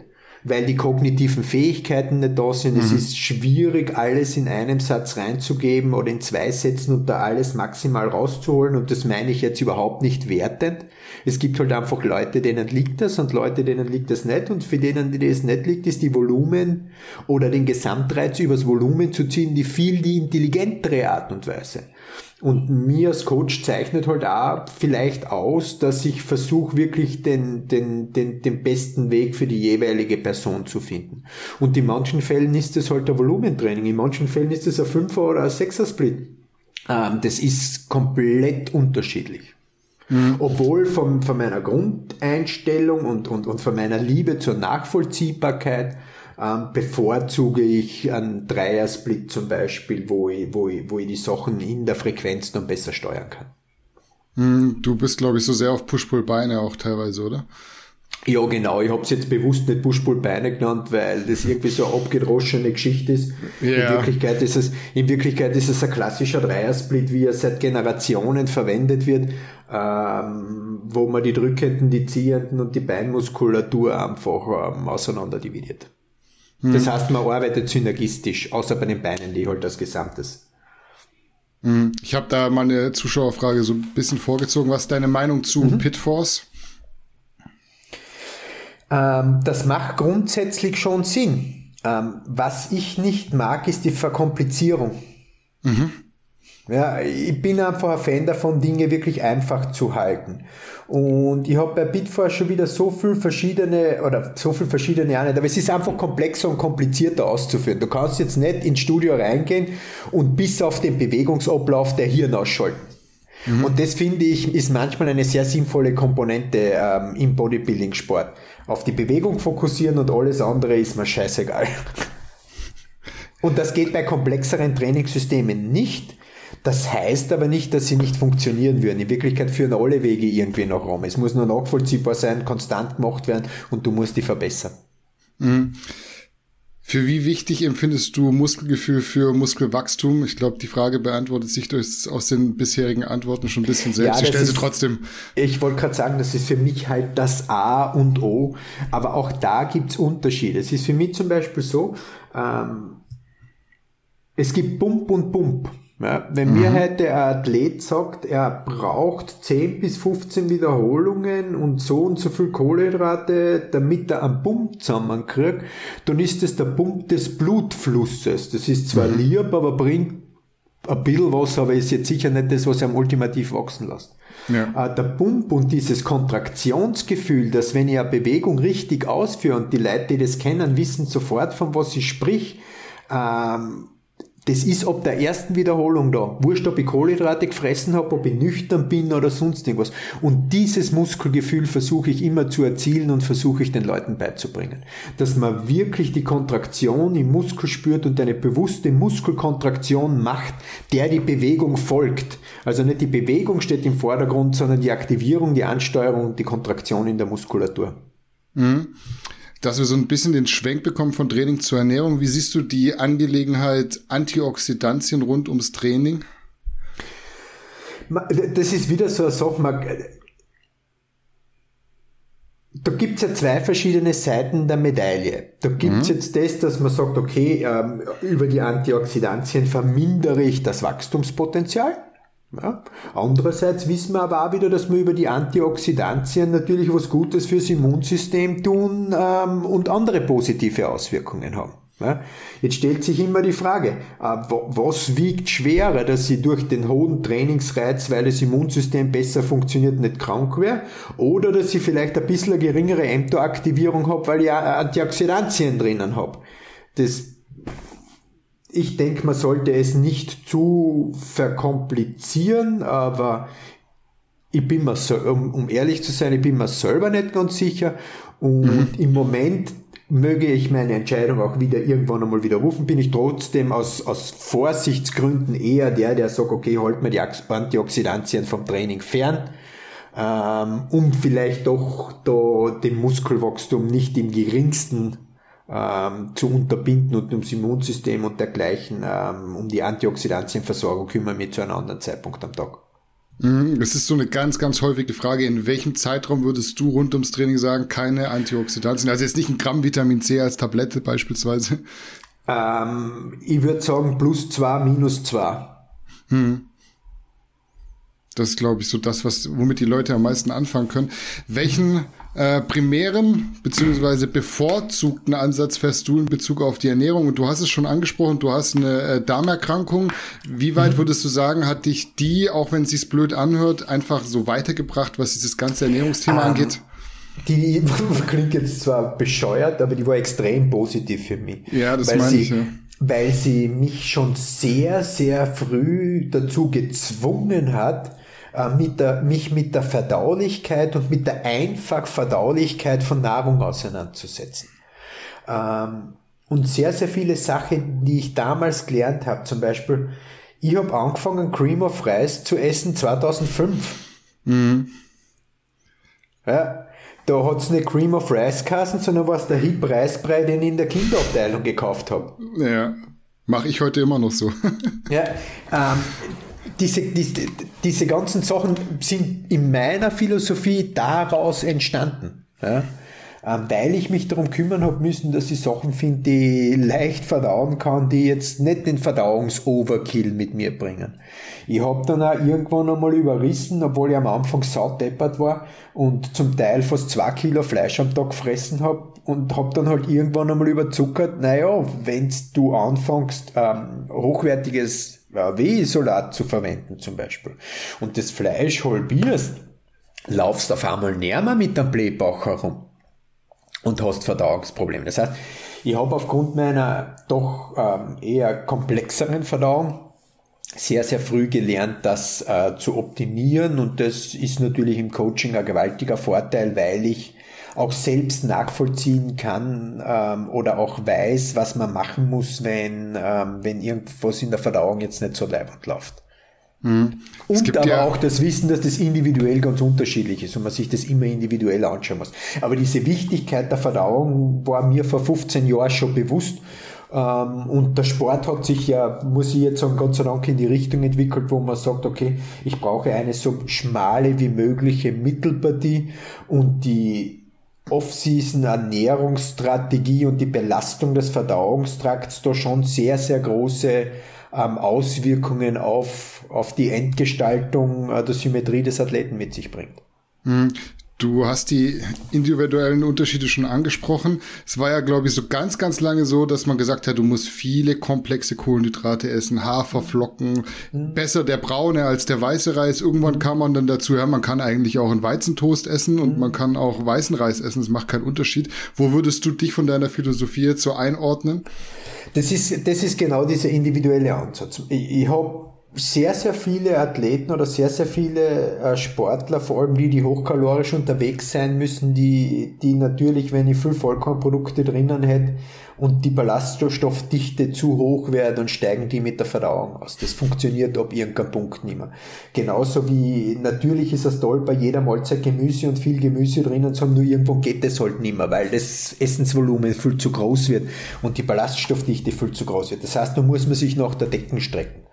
weil die kognitiven Fähigkeiten nicht da sind. Mhm. Es ist schwierig, alles in einem Satz reinzugeben oder in zwei Sätzen und da alles maximal rauszuholen, und das meine ich jetzt überhaupt nicht wertend. Es gibt halt einfach Leute, denen liegt das und Leute, denen liegt das nicht, und für denen, denen es nicht liegt, ist die Volumen oder den Gesamtreiz übers Volumen zu ziehen, die viel die intelligentere Art und Weise. Und mir als Coach zeichnet halt auch vielleicht aus, dass ich versuche, wirklich den, den, den, den besten Weg für die jeweilige Person zu finden. Und in manchen Fällen ist es halt ein Volumentraining, in manchen Fällen ist es ein Fünfer- oder ein Sechser-Split. Ähm, das ist komplett unterschiedlich. Mhm. Obwohl von, von meiner Grundeinstellung und, und, und von meiner Liebe zur Nachvollziehbarkeit ähm, bevorzuge ich einen Dreier-Split zum Beispiel, wo ich, wo ich, wo ich die Sachen in der Frequenz dann besser steuern kann.
Mhm. Du bist, glaube ich, so sehr auf Push-Pull-Beine auch teilweise, oder?
Ja, genau. Ich habe es jetzt bewusst nicht Push-Pull-Beine genannt, weil das irgendwie so eine abgedroschene Geschichte ist. Yeah. In Wirklichkeit ist es, in Wirklichkeit ist es ein klassischer Dreier-Split, wie er seit Generationen verwendet wird, ähm, wo man die drückenden, die ziehenden und die Beinmuskulatur einfach ähm, auseinander dividiert. Hm. Das heißt, man arbeitet synergistisch, außer bei den Beinen, die halt als Gesamtes.
Hm. Ich habe da mal eine Zuschauerfrage so ein bisschen vorgezogen. Was ist deine Meinung zu mhm. Pitforce?
Ähm, das macht grundsätzlich schon Sinn. Ähm, was ich nicht mag, ist die Verkomplizierung. Mhm. Ja, ich bin einfach ein Fan davon, Dinge wirklich einfach zu halten. Und ich habe bei Pitforce schon wieder so viel verschiedene, oder so viel verschiedene auch nicht, aber es ist einfach komplexer und komplizierter auszuführen. Du kannst jetzt nicht ins Studio reingehen und bis auf den Bewegungsablauf der Hirn ausschalten. Mhm. Und das, finde ich, ist manchmal eine sehr sinnvolle Komponente ähm, im Bodybuilding-Sport. Auf die Bewegung fokussieren und alles andere ist mir scheißegal. Und das geht bei komplexeren Trainingssystemen nicht. Das heißt aber nicht, dass sie nicht funktionieren würden. In Wirklichkeit führen alle Wege irgendwie nach Rom. Es muss nur nachvollziehbar sein, konstant gemacht werden und du musst die verbessern.
Mhm. Für wie wichtig empfindest du Muskelgefühl für Muskelwachstum? Ich glaube, die Frage beantwortet sich durch, aus den bisherigen Antworten schon ein bisschen selbst. Ja, ich stelle sie trotzdem.
Ich wollte gerade sagen, das ist für mich halt das A und O. Aber auch da gibt's Unterschiede. Es ist für mich zum Beispiel so, ähm, es gibt Pump und Pump. Ja, wenn mhm. mir heute ein Athlet sagt, er braucht zehn bis fünfzehn Wiederholungen und so und so viel Kohlenhydrate, damit er einen Pump zusammenkriegt, dann ist das der Pump des Blutflusses. Das ist zwar mhm. lieb, aber bringt ein bisschen was, aber ist jetzt sicher nicht das, was er ultimativ wachsen lässt. Ja. Der Pump und dieses Kontraktionsgefühl, dass wenn ich eine Bewegung richtig ausführe, und die Leute, die das kennen, wissen sofort, von was ich sprich, ähm, das ist ab der ersten Wiederholung da. Wurscht, ob ich Kohlenhydrate gefressen habe, ob ich nüchtern bin oder sonst irgendwas. Und dieses Muskelgefühl versuche ich immer zu erzielen und versuche ich den Leuten beizubringen. Dass man wirklich die Kontraktion im Muskel spürt und eine bewusste Muskelkontraktion macht, der die Bewegung folgt. Also nicht die Bewegung steht im Vordergrund, sondern die Aktivierung, die Ansteuerung und die Kontraktion in der Muskulatur.
Mhm. Dass wir so ein bisschen den Schwenk bekommen von Training zur Ernährung. Wie siehst du die Angelegenheit Antioxidantien rund ums Training?
Das ist wieder so eine Sache. Da gibt's ja zwei verschiedene Seiten der Medaille. Da gibt's mhm. jetzt das, dass man sagt, okay, über die Antioxidantien vermindere ich das Wachstumspotenzial. Ja. Andererseits wissen wir aber auch wieder, dass wir über die Antioxidantien natürlich was Gutes fürs Immunsystem tun ähm, und andere positive Auswirkungen haben. Ja. Jetzt stellt sich immer die Frage, äh, was wiegt schwerer, dass ich durch den hohen Trainingsreiz, weil das Immunsystem besser funktioniert, nicht krank wäre, oder dass ich vielleicht ein bisschen eine geringere mTOR-Aktivierung habe, weil ich Antioxidantien drinnen habe. Das Ich denke, man sollte es nicht zu verkomplizieren, aber ich bin mir, um, um ehrlich zu sein, ich bin mir selber nicht ganz sicher. Und mhm. im Moment möge ich meine Entscheidung auch wieder irgendwann einmal widerrufen, bin ich trotzdem aus, aus Vorsichtsgründen eher der, der sagt, okay, halt mir die Antioxidantien vom Training fern, ähm, um vielleicht doch da dem Muskelwachstum nicht im geringsten Ähm, zu unterbinden, und ums Immunsystem und dergleichen, ähm, um die Antioxidantienversorgung kümmern wir zu einem anderen Zeitpunkt am Tag.
Das ist so eine ganz, ganz häufige Frage. In welchem Zeitraum würdest du rund ums Training sagen, keine Antioxidantien? Also jetzt nicht ein Gramm Vitamin C als Tablette beispielsweise.
Ähm, ich würde sagen plus zwei, minus zwei.
Hm. Das ist, glaube ich, so das, was, womit die Leute am meisten anfangen können. Welchen äh, primären beziehungsweise bevorzugten Ansatz fährst du in Bezug auf die Ernährung? Und du hast es schon angesprochen, du hast eine äh, Darmerkrankung. Wie weit würdest du sagen, hat dich die, auch wenn es sich blöd anhört, einfach so weitergebracht, was dieses ganze Ernährungsthema um, angeht?
Die klingt jetzt zwar bescheuert, aber die war extrem positiv für mich.
Ja, das meine ich, ja.
Weil sie mich schon sehr, sehr früh dazu gezwungen hat, mit der, mich mit der Verdaulichkeit und mit der Einfachverdaulichkeit von Nahrung auseinanderzusetzen. Ähm, und sehr, sehr viele Sachen, die ich damals gelernt habe, zum Beispiel, ich habe angefangen, Cream of Rice zu essen zweitausendfünf. Mhm. Ja, da hat's nicht Cream of Rice geheißen, sondern war es der Hip Reisbrei, den ich in der Kinderabteilung gekauft habe.
Ja, mache ich heute immer noch so.
Ja, ähm, Diese, diese, diese ganzen Sachen sind in meiner Philosophie daraus entstanden, ja? ähm, weil ich mich darum kümmern habe müssen, dass ich Sachen finde, die ich leicht verdauen kann, die jetzt nicht den Verdauungsoverkill mit mir bringen. Ich habe dann auch irgendwann einmal überrissen, obwohl ich am Anfang saudeppert war und zum Teil fast zwei Kilo Fleisch am Tag gefressen habe und habe dann halt irgendwann einmal überzuckert, naja, wenn du anfängst, ähm, hochwertiges Weh-Isolat zu verwenden zum Beispiel und das Fleisch halbierst, laufst auf einmal näher mit dem Blähbauch herum und hast Verdauungsprobleme. Das heißt, ich habe aufgrund meiner doch ähm, eher komplexeren Verdauung sehr, sehr früh gelernt, das äh, zu optimieren und das ist natürlich im Coaching ein gewaltiger Vorteil, weil ich auch selbst nachvollziehen kann ähm, oder auch weiß, was man machen muss, wenn ähm, wenn irgendwas in der Verdauung jetzt nicht so leibend läuft. Mhm. Und aber ja auch das Wissen, dass das individuell ganz unterschiedlich ist und man sich das immer individuell anschauen muss. Aber diese Wichtigkeit der Verdauung war mir vor fünfzehn Jahren schon bewusst. Ähm, und der Sport hat sich ja, muss ich jetzt sagen, Gott sei Dank in die Richtung entwickelt, wo man sagt, okay, ich brauche eine so schmale wie mögliche Mittelpartie und die Off-Season-Ernährungsstrategie und die Belastung des Verdauungstrakts da schon sehr, sehr große ähm, Auswirkungen auf, auf die Endgestaltung äh, der Symmetrie des Athleten mit sich bringt.
Du hast die individuellen Unterschiede schon angesprochen. Es war ja, glaube ich, so ganz, ganz lange so, dass man gesagt hat, du musst viele komplexe Kohlenhydrate essen, Haferflocken, mhm. besser der braune als der weiße Reis. Irgendwann mhm. kam man dann dazu, ja, man kann eigentlich auch einen Weizentoast essen und mhm. man kann auch weißen Reis essen. Das macht keinen Unterschied. Wo würdest du dich von deiner Philosophie jetzt so einordnen?
Das ist, das ist genau dieser individuelle Ansatz. Ich, ich habe sehr, sehr viele Athleten oder sehr, sehr viele äh, Sportler, vor allem die, die hochkalorisch unterwegs sein müssen, die, die natürlich, wenn ich viel Vollkornprodukte drinnen hätte und die Ballaststoffdichte zu hoch wäre, dann steigen die mit der Verdauung aus. Das funktioniert ab irgendeinem Punkt nicht mehr. Genauso wie natürlich ist es toll, bei jeder Mahlzeit Gemüse und viel Gemüse drinnen zu haben, nur irgendwo geht das halt nicht mehr, weil das Essensvolumen viel zu groß wird und die Ballaststoffdichte viel zu groß wird. Das heißt, da muss man sich nach der Decken strecken.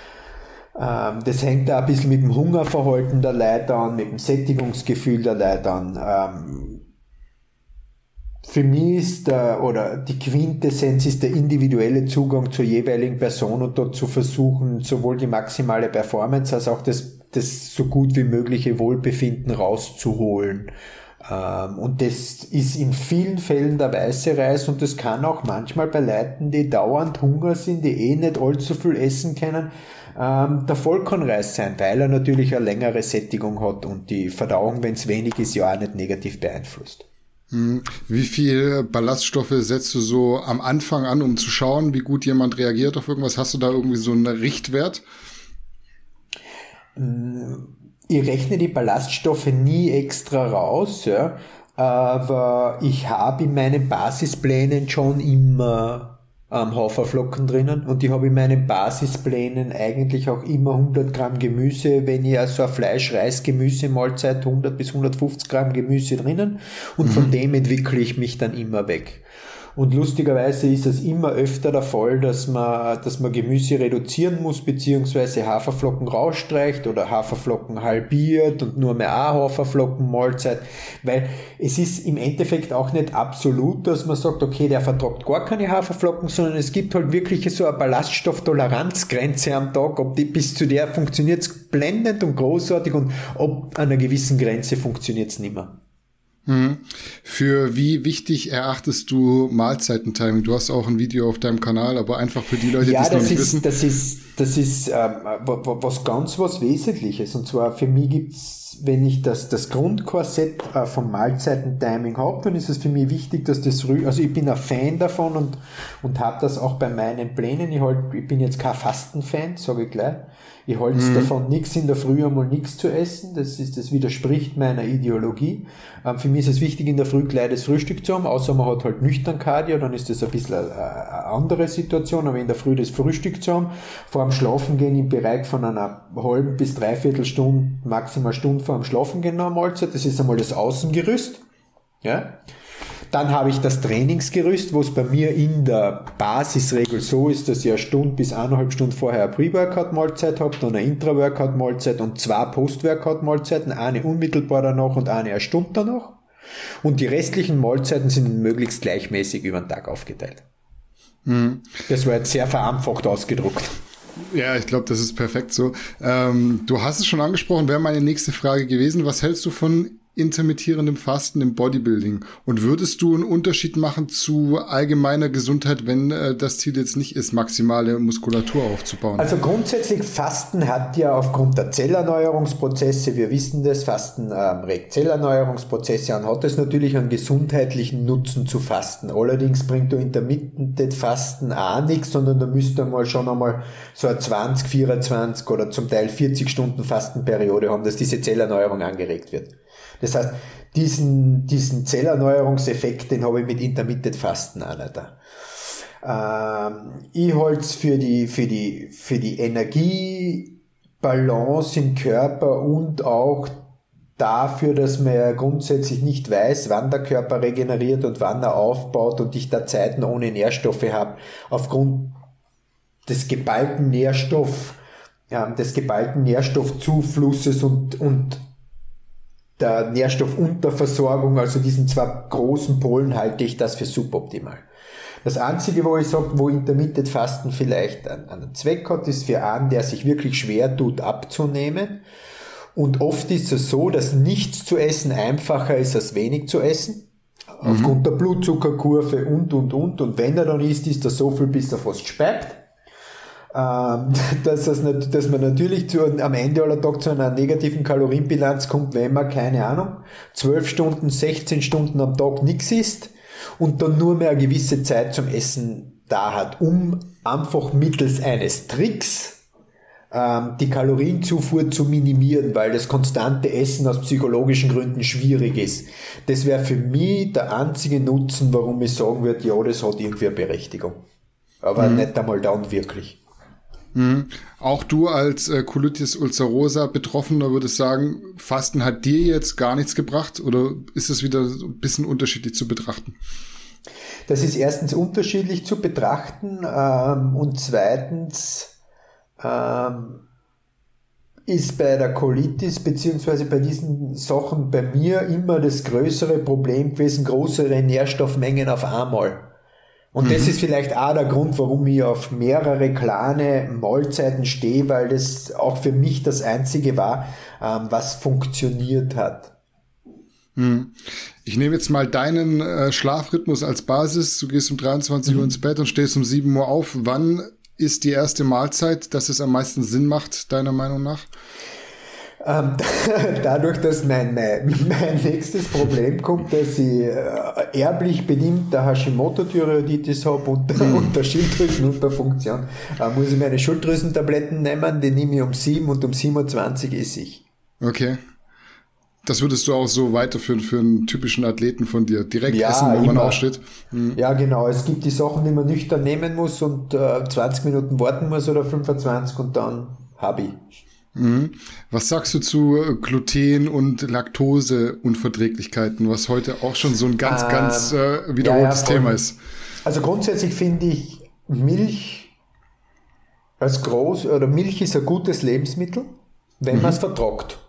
Das hängt da ein bisschen mit dem Hungerverhalten der Leute an, mit dem Sättigungsgefühl der Leute an. Für mich ist der, oder die Quintessenz ist der individuelle Zugang zur jeweiligen Person und dort zu versuchen, sowohl die maximale Performance als auch das, das so gut wie mögliche Wohlbefinden rauszuholen. Und das ist in vielen Fällen der weiße Reis und das kann auch manchmal bei Leuten, die dauernd Hunger sind, die eh nicht allzu viel essen können, der Vollkornreis sein, weil er natürlich eine längere Sättigung hat und die Verdauung, wenn es wenig ist, ja auch nicht negativ beeinflusst.
Wie viel Ballaststoffe setzt du so am Anfang an, um zu schauen, wie gut jemand reagiert auf irgendwas? Hast du da irgendwie so einen Richtwert?
Ich rechne die Ballaststoffe nie extra raus, ja, aber ich habe in meinen Basisplänen schon immer ähm, Haferflocken drinnen und ich habe in meinen Basisplänen eigentlich auch immer hundert Gramm Gemüse, wenn ich also eine Fleisch-Reis-Gemüse-Mahlzeit hundert bis hundertfünfzig Gramm Gemüse drinnen und mhm. von dem entwickle ich mich dann immer weg. Und lustigerweise ist es immer öfter der Fall, dass man, dass man Gemüse reduzieren muss, beziehungsweise Haferflocken rausstreicht oder Haferflocken halbiert und nur mehr eine Haferflockenmahlzeit, weil es ist im Endeffekt auch nicht absolut, dass man sagt, okay, der vertragt gar keine Haferflocken, sondern es gibt halt wirklich so eine Ballaststofftoleranzgrenze am Tag, ob die, bis zu der funktioniert es blendend und großartig und ob an einer gewissen Grenze funktioniert es nicht mehr.
Mhm. Für wie wichtig erachtest du Mahlzeitentiming? Du hast auch ein Video auf deinem Kanal, aber einfach für die Leute,
ja,
die es noch nicht
ist,
wissen.
Das ist, das ist ähm, was ganz was Wesentliches. Und zwar für mich gibt's, wenn ich das, das Grundkorsett äh, vom Mahlzeitentiming habe, dann ist es für mich wichtig, dass das früh, also ich bin ein Fan davon und, und habe das auch bei meinen Plänen. Ich, halt, ich bin jetzt kein Fastenfan, sage ich gleich. Ich halte es mhm. davon, nichts in der Früh einmal nichts zu essen. Das ist, das widerspricht meiner Ideologie. Ähm, für mich ist es wichtig, in der Früh gleich das Frühstück zu haben, außer man hat halt nüchtern Cardio, dann ist das ein bisschen eine, eine andere Situation, aber in der Früh das Frühstück zu haben, vor dem Schlafengehen im Bereich von einer halben bis dreiviertel Stunde, maximal Stunde vor dem Schlafengehen noch eine Mahlzeit, das ist einmal das Außengerüst. Ja. Dann habe ich das Trainingsgerüst, wo es bei mir in der Basisregel so ist, dass ich eine Stunde bis eineinhalb Stunden vorher eine Pre-Workout-Mahlzeit habe, dann eine Intra-Workout-Mahlzeit und zwei Post-Workout-Mahlzeiten, eine unmittelbar danach und eine eine Stunde danach. Und die restlichen Mahlzeiten sind möglichst gleichmäßig über den Tag aufgeteilt. Mhm. Das war jetzt sehr vereinfacht ausgedruckt.
Ja, ich glaube, das ist perfekt so. Ähm, du hast es schon angesprochen, wäre meine nächste Frage gewesen. Was hältst du von intermittierendem Fasten im Bodybuilding? Und würdest du einen Unterschied machen zu allgemeiner Gesundheit, wenn äh, das Ziel jetzt nicht ist, maximale Muskulatur aufzubauen?
Also grundsätzlich, Fasten hat ja aufgrund der Zellerneuerungsprozesse, wir wissen das, Fasten ähm, regt Zellerneuerungsprozesse an, hat es natürlich einen gesundheitlichen Nutzen zu fasten. Allerdings bringt du Intermittent Fasten auch nichts, sondern da müsste mal schon einmal so eine zwanzig, vierundzwanzig oder zum Teil vierzig Stunden Fastenperiode haben, dass diese Zellerneuerung angeregt wird. Das heißt, diesen, diesen Zellerneuerungseffekt, den habe ich mit Intermittent Fasten auch nicht da. Ähm, ich halte es für die, für die, für die Energiebalance im Körper und auch dafür, dass man ja grundsätzlich nicht weiß, wann der Körper regeneriert und wann er aufbaut und ich da Zeiten ohne Nährstoffe habe, aufgrund des geballten Nährstoff, ja, des geballten Nährstoffzuflusses und, und der Nährstoffunterversorgung, also diesen zwei großen Polen, halte ich das für suboptimal. Das Einzige, wo ich sage, wo Intermittent Fasten vielleicht einen, einen Zweck hat, ist für einen, der sich wirklich schwer tut, abzunehmen. Und oft ist es so, dass nichts zu essen einfacher ist, als wenig zu essen. Mhm. Aufgrund der Blutzuckerkurve und, und, und. Und wenn er dann isst, ist er so viel, bis er fast speibt. Dass, das, dass man natürlich zu, am Ende aller Tag zu einer negativen Kalorienbilanz kommt, wenn man, keine Ahnung, zwölf Stunden, sechzehn Stunden am Tag nichts isst und dann nur mehr eine gewisse Zeit zum Essen da hat, um einfach mittels eines Tricks ähm, die Kalorienzufuhr zu minimieren, weil das konstante Essen aus psychologischen Gründen schwierig ist. Das wäre für mich der einzige Nutzen, warum ich sagen würde, ja, das hat irgendwie eine Berechtigung. Aber mhm. nicht einmal dann wirklich.
Mhm. Auch du als äh, Colitis ulcerosa Betroffener würdest sagen, Fasten hat dir jetzt gar nichts gebracht oder ist es wieder so ein bisschen unterschiedlich zu betrachten?
Das ist erstens unterschiedlich zu betrachten ähm, und zweitens ähm, ist bei der Colitis beziehungsweise bei diesen Sachen bei mir immer das größere Problem gewesen, größere Nährstoffmengen auf einmal. Und mhm. das ist vielleicht auch der Grund, warum ich auf mehrere kleine Mahlzeiten stehe, weil das auch für mich das Einzige war, ähm, was funktioniert hat.
Mhm. Ich nehme jetzt mal deinen äh, Schlafrhythmus als Basis. Du gehst um dreiundzwanzig mhm. Uhr ins Bett und stehst um sieben Uhr auf. Wann ist die erste Mahlzeit, dass es am meisten Sinn macht, deiner Meinung nach?
Ähm, dadurch, dass mein, mein, mein nächstes Problem kommt, dass ich äh, erblich bedingt der Hashimoto-Thyreoiditis habe und, mhm. und der Schilddrüsenunterfunktion, äh, muss ich meine Schilddrüsentabletten nehmen, die nehme ich um sieben und um siebenundzwanzig esse ich.
Okay. Das würdest du auch so weiterführen für einen typischen Athleten von dir? Direkt
ja,
essen, wenn
immer.
man aufsteht? Mhm.
Ja, genau. Es gibt die Sachen, die man nüchtern nehmen muss und äh, zwanzig Minuten warten muss oder fünfundzwanzig und dann habe ich.
Mhm. Was sagst du zu Gluten- und Laktoseunverträglichkeiten, was heute auch schon so ein ganz, ähm, ganz äh, wiederholtes ja, ja, Thema ist?
Also grundsätzlich finde ich Milch als groß, oder Milch ist ein gutes Lebensmittel, wenn mhm. man es vertragt.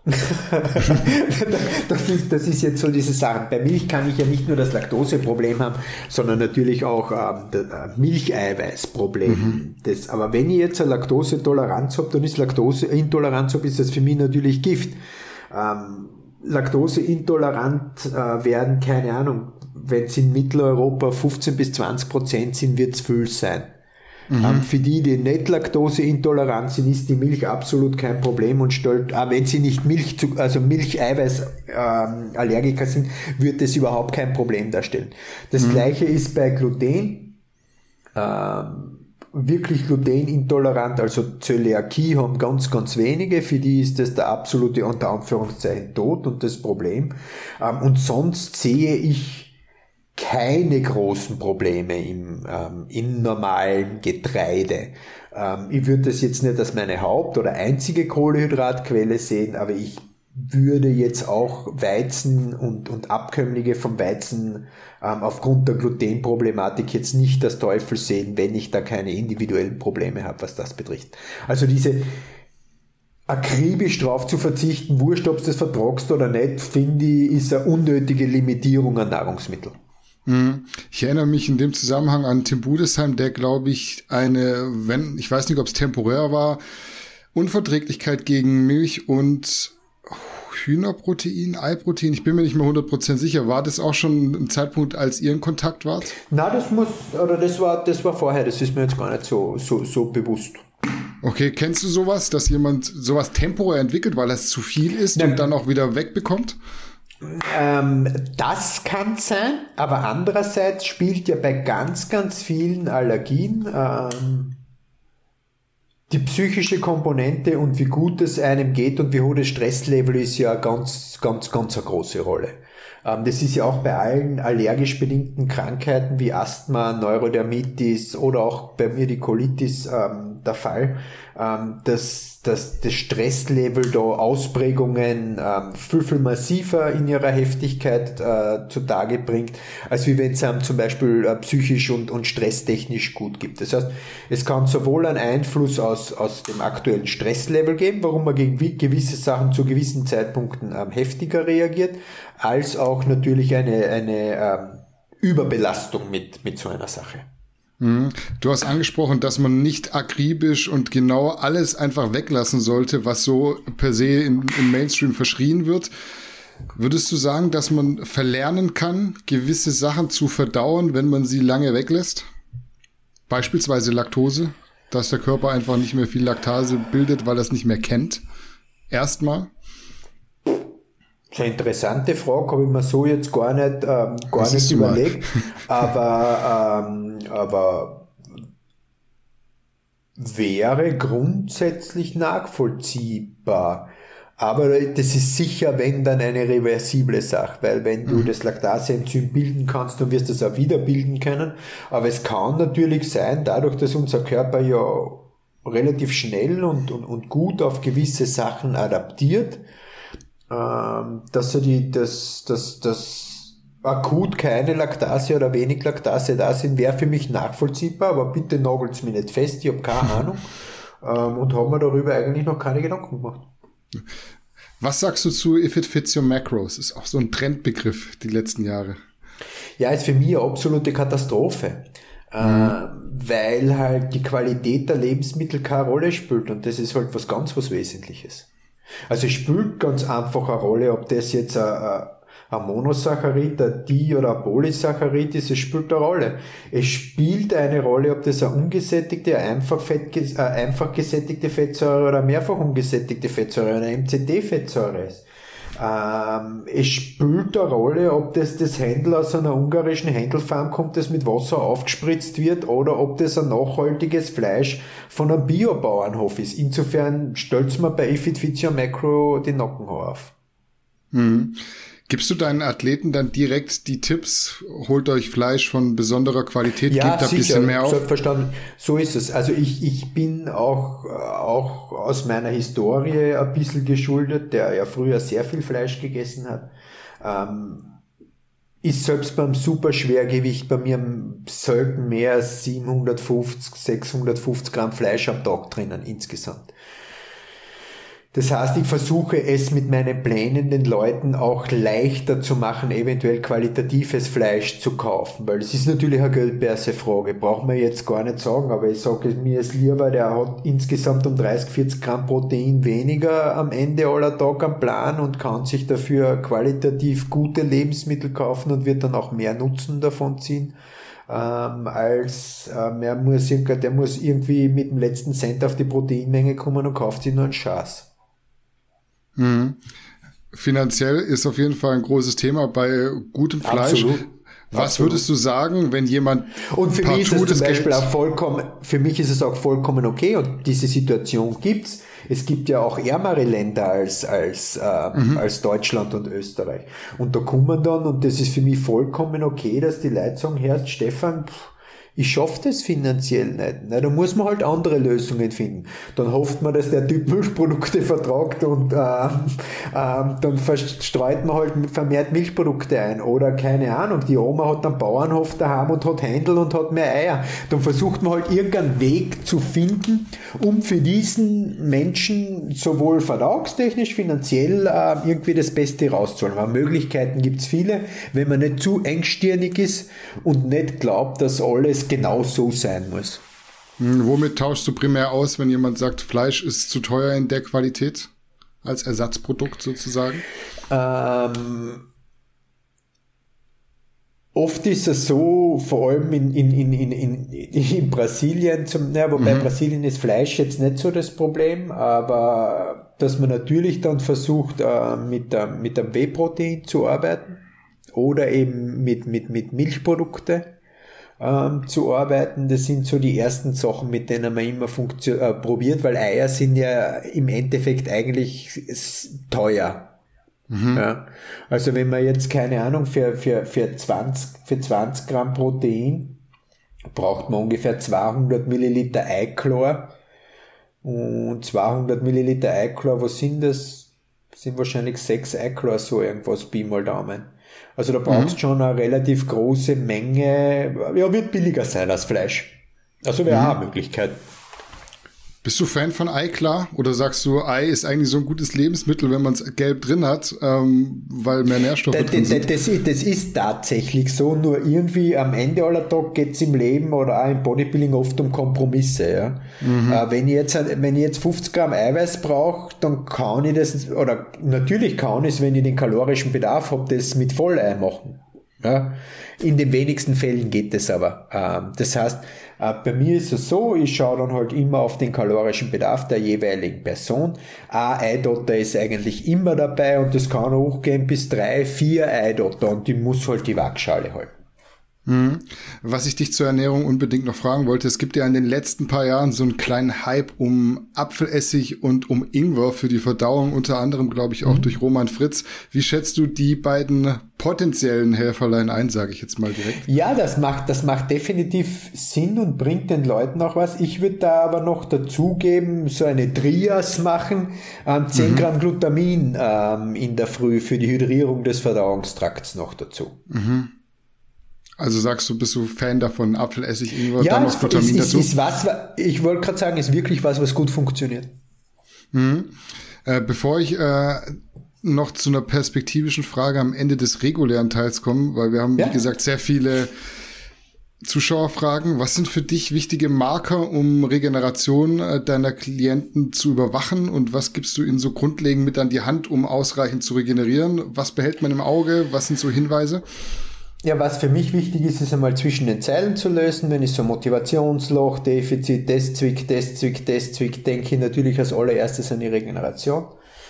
das, ist, das ist jetzt so diese Sache. Bei Milch kann ich ja nicht nur das Laktoseproblem haben, sondern natürlich auch ähm, das Milcheiweißproblem. Mhm. Das, aber wenn ich jetzt eine Laktosetoleranz habe, dann ist Laktoseintoleranz habe, ist das für mich natürlich Gift. Ähm, Laktoseintolerant äh, werden, keine Ahnung, wenn es in Mitteleuropa fünfzehn bis zwanzig Prozent sind, wird es viel sein. Mhm. Ähm, für die, die nicht laktoseintolerant sind, ist die Milch absolut kein Problem und stellt, auch wenn sie nicht Milch, also Milcheiweiß-Allergiker ähm, sind, wird es überhaupt kein Problem darstellen. Das mhm. Gleiche ist bei Gluten. Ähm, wirklich glutenintolerant, also Zöliakie haben ganz, ganz wenige. Für die ist das der absolute, unter Anführungszeichen, Tod und das Problem. Ähm, und sonst sehe ich keine großen Probleme im, ähm, im normalen Getreide. Ähm, ich würde das jetzt nicht als meine Haupt- oder einzige Kohlehydratquelle sehen, aber ich würde jetzt auch Weizen und, und Abkömmlinge vom Weizen ähm, aufgrund der Glutenproblematik jetzt nicht das Teufel sehen, wenn ich da keine individuellen Probleme habe, was das betrifft. Also diese akribisch drauf zu verzichten, wurscht, ob du das vertragst oder nicht, finde ich, ist eine unnötige Limitierung an Nahrungsmitteln.
Ich erinnere mich in dem Zusammenhang an Tim Budesheim, der, glaube ich, eine, wenn, ich weiß nicht, ob es temporär war, Unverträglichkeit gegen Milch und Hühnerprotein, Eiprotein, ich bin mir nicht mehr hundert Prozent sicher. War das auch schon ein Zeitpunkt, als ihr in Kontakt wart?
Na, das muss, oder das war, das war vorher, das ist mir jetzt gar nicht so, so, so bewusst.
Okay, kennst du sowas, dass jemand sowas temporär entwickelt, weil es zu viel ist Na, und dann auch wieder wegbekommt?
Ähm, das kann sein, aber andererseits spielt ja bei ganz, ganz vielen Allergien ähm, die psychische Komponente und wie gut es einem geht und wie hoch das Stresslevel ist ja ganz, ganz, ganz eine große Rolle. Ähm, das ist ja auch bei allen allergisch bedingten Krankheiten wie Asthma, Neurodermitis oder auch bei mir die Colitis ähm, der Fall, ähm, dass, dass das Stresslevel da Ausprägungen ähm, viel, viel massiver in ihrer Heftigkeit äh, zutage bringt, als wie wenn es einem zum Beispiel äh, psychisch und, und stresstechnisch gut gibt. Das heißt, es kann sowohl einen Einfluss aus, aus dem aktuellen Stresslevel geben, warum man gegen gewisse Sachen zu gewissen Zeitpunkten ähm, heftiger reagiert, als auch natürlich eine, eine ähm, Überbelastung mit, mit so einer Sache.
Du hast angesprochen, dass man nicht akribisch und genau alles einfach weglassen sollte, was so per se im, im Mainstream verschrien wird. Würdest du sagen, dass man verlernen kann, gewisse Sachen zu verdauen, wenn man sie lange weglässt? Beispielsweise Laktose, dass der Körper einfach nicht mehr viel Laktase bildet, weil er es nicht mehr kennt. Erstmal.
Das ist eine interessante Frage, habe ich mir so jetzt gar nicht, ähm, gar nicht überlegt. Aber, ähm, aber wäre grundsätzlich nachvollziehbar. Aber das ist sicher, wenn dann eine reversible Sache, weil wenn du mhm. das Laktaseenzym bilden kannst, dann wirst du es auch wieder bilden können. Aber es kann natürlich sein, dadurch, dass unser Körper ja relativ schnell und, und, und gut auf gewisse Sachen adaptiert, dass er die, dass, dass, dass akut keine Laktase oder wenig Laktase da sind, wäre für mich nachvollziehbar, aber bitte nagelt's mir nicht fest, ich habe keine Ahnung und habe mir darüber eigentlich noch keine Gedanken gemacht.
Was sagst du zu If It Fits Your Macros? Ist auch so ein Trendbegriff die letzten Jahre.
Ja, ist für mich eine absolute Katastrophe. Mhm. Äh, weil halt die Qualität der Lebensmittel keine Rolle spielt und das ist halt was ganz was Wesentliches. Also es spielt ganz einfach eine Rolle, ob das jetzt ein, ein Monosaccharid, ein Di- oder ein Polysaccharid ist, es spielt eine Rolle. Es spielt eine Rolle, ob das eine ungesättigte, eine einfach, fett, eine einfach gesättigte Fettsäure oder eine mehrfach ungesättigte Fettsäure, eine M C D-Fettsäure ist. Ähm, es spielt eine Rolle, ob das das Händel aus einer ungarischen Händelfarm kommt, das mit Wasser aufgespritzt wird, oder ob das ein nachhaltiges Fleisch von einem Biobauernhof ist. Insofern stellt's mir bei If It Fits Your Macro die Nackenhaare auf.
Mhm. Gibst du deinen Athleten dann direkt die Tipps, holt euch Fleisch von besonderer Qualität,
ja,
gebt da ein bisschen mehr auf?
Verstanden. So ist es. Also ich, ich bin auch, auch aus meiner Historie ein bisschen geschuldet, der ja früher sehr viel Fleisch gegessen hat. Ähm, ist selbst beim Superschwergewicht bei mir selten mehr als siebenhundertfünfzig, sechshundertfünfzig Gramm Fleisch am Tag drinnen insgesamt. Das heißt, ich versuche es mit meinen Plänen den Leuten auch leichter zu machen, eventuell qualitatives Fleisch zu kaufen, weil es ist natürlich eine Geldbörse-Frage, braucht man jetzt gar nicht sagen, aber ich sage, mir ist lieber, der hat insgesamt um dreißig, vierzig Gramm Protein weniger am Ende aller Tag am Plan und kann sich dafür qualitativ gute Lebensmittel kaufen und wird dann auch mehr Nutzen davon ziehen. Ähm, als ähm, er muss, der muss irgendwie mit dem letzten Cent auf die Proteinmenge kommen und kauft sich nur einen Schaß.
Mhm. Finanziell ist auf jeden Fall ein großes Thema bei gutem Fleisch.
Absolut.
Was
Absolut.
würdest du sagen, wenn jemand
und für mich ist es zum Beispiel
Geld
auch vollkommen, für mich ist es auch vollkommen okay und diese Situation gibt's. Es gibt ja auch ärmere Länder als als äh, mhm. als Deutschland und Österreich. Und da kommen dann, und das ist für mich vollkommen okay, dass die Leute sagen, Herr Stefan, pff, ich schaffe das finanziell nicht. Na, da muss man halt andere Lösungen finden. Dann hofft man, dass der Typ Milchprodukte vertragt und ähm, ähm, dann verstreut man halt vermehrt Milchprodukte ein. Oder keine Ahnung, die Oma hat einen Bauernhof daheim und hat Händel und hat mehr Eier. Dann versucht man halt irgendeinen Weg zu finden, um für diesen Menschen sowohl vertragstechnisch, finanziell äh, irgendwie das Beste rauszuholen. Weil Möglichkeiten gibt's viele, wenn man nicht zu engstirnig ist und nicht glaubt, dass alles genau so sein muss.
Hm, womit tauschst du primär aus, wenn jemand sagt, Fleisch ist zu teuer in der Qualität? Als Ersatzprodukt sozusagen?
Ähm, oft ist es so, vor allem in, in, in, in, in, in Brasilien, zum, ja, wobei mhm. Brasilien ist Fleisch jetzt nicht so das Problem, aber dass man natürlich dann versucht, äh, mit, äh, mit einem Whey-Protein zu arbeiten oder eben mit, mit, mit Milchprodukten Ähm, zu arbeiten. Das sind so die ersten Sachen, mit denen man immer funktio- äh, probiert, weil Eier sind ja im Endeffekt eigentlich teuer. Mhm. Ja. Also wenn man jetzt, keine Ahnung, für, für, für zwanzig, für zwanzig Gramm Protein braucht man ungefähr zweihundert Milliliter Eichlor und zweihundert Milliliter Eichlor, was sind das? Das sind wahrscheinlich sechs Eichlor, so irgendwas, Pi mal Daumen. Also da brauchst du mhm. schon eine relativ große Menge, ja, wird billiger sein als Fleisch. Also wäre mhm. auch eine Möglichkeit.
Bist du Fan von Ei, klar? Oder sagst du, Ei ist eigentlich so ein gutes Lebensmittel, wenn man es gelb drin hat, ähm, weil mehr Nährstoffe
da,
drin
da,
sind?
Das, das ist tatsächlich so, nur irgendwie am Ende aller Tag geht's im Leben oder auch im Bodybuilding oft um Kompromisse. Ja? Mhm. Äh, wenn ich jetzt, wenn ich jetzt fünfzig Gramm Eiweiß brauche, dann kann ich das, oder natürlich kann ich es, wenn ich den kalorischen Bedarf habe, das mit Vollei machen. Ja? In den wenigsten Fällen geht es aber. Ähm, das heißt, äh, bei mir ist es so, ich schaue dann halt immer auf den kalorischen Bedarf der jeweiligen Person. Ein Eidotter ist eigentlich immer dabei und das kann hochgehen bis drei, vier Eidotter und die muss halt die Waagschale halten.
Mhm. Was ich dich zur Ernährung unbedingt noch fragen wollte, es gibt ja in den letzten paar Jahren so einen kleinen Hype um Apfelessig und um Ingwer für die Verdauung, unter anderem, glaube ich, auch mhm. durch Roman Fritz. Wie schätzt du die beiden potenziellen Helferlein ein, sage ich jetzt mal direkt?
Ja, das macht, das macht definitiv Sinn und bringt den Leuten auch was. Ich würde da aber noch dazugeben, so eine Trias machen, ähm, zehn mhm. Gramm Glutamin ähm, in der Früh für die Hydrierung des Verdauungstrakts noch dazu.
Mhm. Also sagst du, bist du Fan davon, Apfelessig, Ingwer,
ja,
dann noch Glutamin
ist,
dazu?
Ist was, ich wollte gerade sagen, ist wirklich was, was gut funktioniert.
Mhm. Äh, bevor ich äh, noch zu einer perspektivischen Frage am Ende des regulären Teils komme, weil wir haben, ja. wie gesagt, sehr viele Zuschauerfragen. Was sind für dich wichtige Marker, um Regeneration äh, deiner Klienten zu überwachen? Und was gibst du ihnen so grundlegend mit an die Hand, um ausreichend zu regenerieren? Was behält man im Auge? Was sind so Hinweise?
Ja, was für mich wichtig ist, ist einmal zwischen den Zeilen zu lösen. Wenn ich so Motivationsloch, Defizit, das zwickt, das zwickt, das zwickt, denke ich natürlich als allererstes an die Regeneration.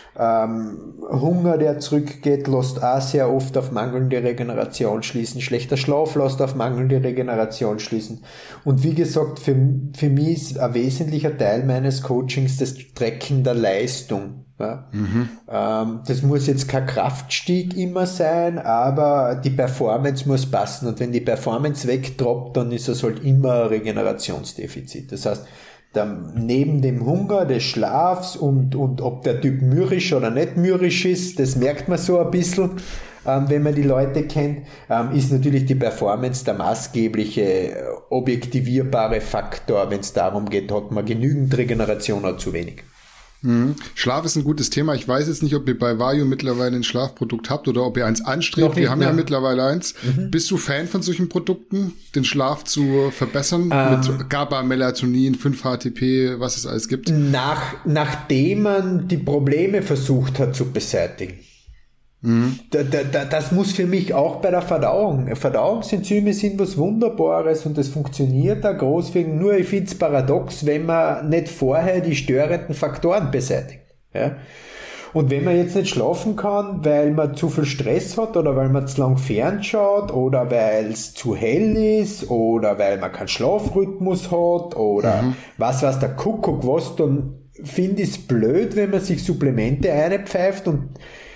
Ähm, Hunger, der zurückgeht, lässt auch sehr oft auf mangelnde Regeneration schließen. Schlechter Schlaf lässt auf mangelnde Regeneration schließen. Und wie gesagt, für, für mich ist ein wesentlicher Teil meines Coachings das Tracken der Leistung. Ja. Mhm. Ähm, das muss jetzt kein Kraftstieg immer sein, aber die Performance muss passen. Und wenn die Performance wegdroppt, dann ist es halt immer ein Regenerationsdefizit. Das heißt, der, neben dem Hunger des Schlafs und, und ob der Typ mürrisch oder nicht mürrisch ist, das merkt man so ein bisschen, ähm, wenn man die Leute kennt, ähm, ist natürlich die Performance der maßgebliche, objektivierbare Faktor. Wenn es darum geht, hat man genügend Regeneration oder zu wenig.
Mhm. Schlaf ist ein gutes Thema. Ich weiß jetzt nicht, ob ihr bei Vario mittlerweile ein Schlafprodukt habt oder ob ihr eins anstrebt. Nicht, Wir haben ja, ja mittlerweile eins. Mhm. Bist du Fan von solchen Produkten, den Schlaf zu verbessern? Ähm, mit GABA, Melatonin, fünf H T P, was es alles gibt?
Nach, nachdem man die Probleme versucht hat zu beseitigen. Mhm. Da, da, da, das muss für mich auch bei der Verdauung. Verdauungsenzyme sind was Wunderbares und das funktioniert da großflächig. Nur ich finde es paradox, wenn man nicht vorher die störenden Faktoren beseitigt. Ja? Und wenn man jetzt nicht schlafen kann, weil man zu viel Stress hat oder weil man zu lang fernschaut oder weil es zu hell ist oder weil man keinen Schlafrhythmus hat oder mhm. was weiß der Kuckuck was, dann finde ich es blöd, wenn man sich Supplemente einpfeift und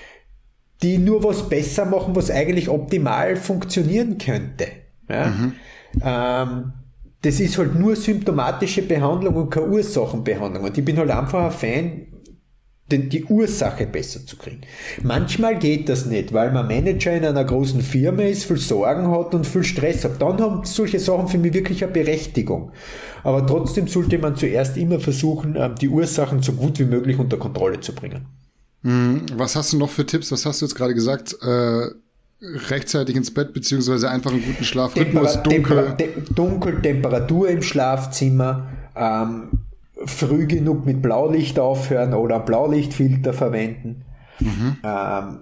die nur was besser machen, was eigentlich optimal funktionieren könnte. Ja? Mhm. Ähm, das ist halt nur symptomatische Behandlung und keine Ursachenbehandlung. Und ich bin halt einfach ein Fan, die, die Ursache besser zu kriegen. Manchmal geht das nicht, weil man Manager in einer großen Firma ist, viel Sorgen hat und viel Stress hat. Dann haben solche Sachen für mich wirklich eine Berechtigung. Aber trotzdem sollte man zuerst immer versuchen, die Ursachen so gut wie möglich unter Kontrolle zu bringen.
Was hast du noch für Tipps? Was hast du jetzt gerade gesagt? Äh, rechtzeitig ins Bett, beziehungsweise einfach einen guten Schlafrhythmus,
Temper-
dunkel.
Temper- dunkel, Temperatur im Schlafzimmer, ähm, früh genug mit Blaulicht aufhören oder Blaulichtfilter verwenden. Mhm. Ähm,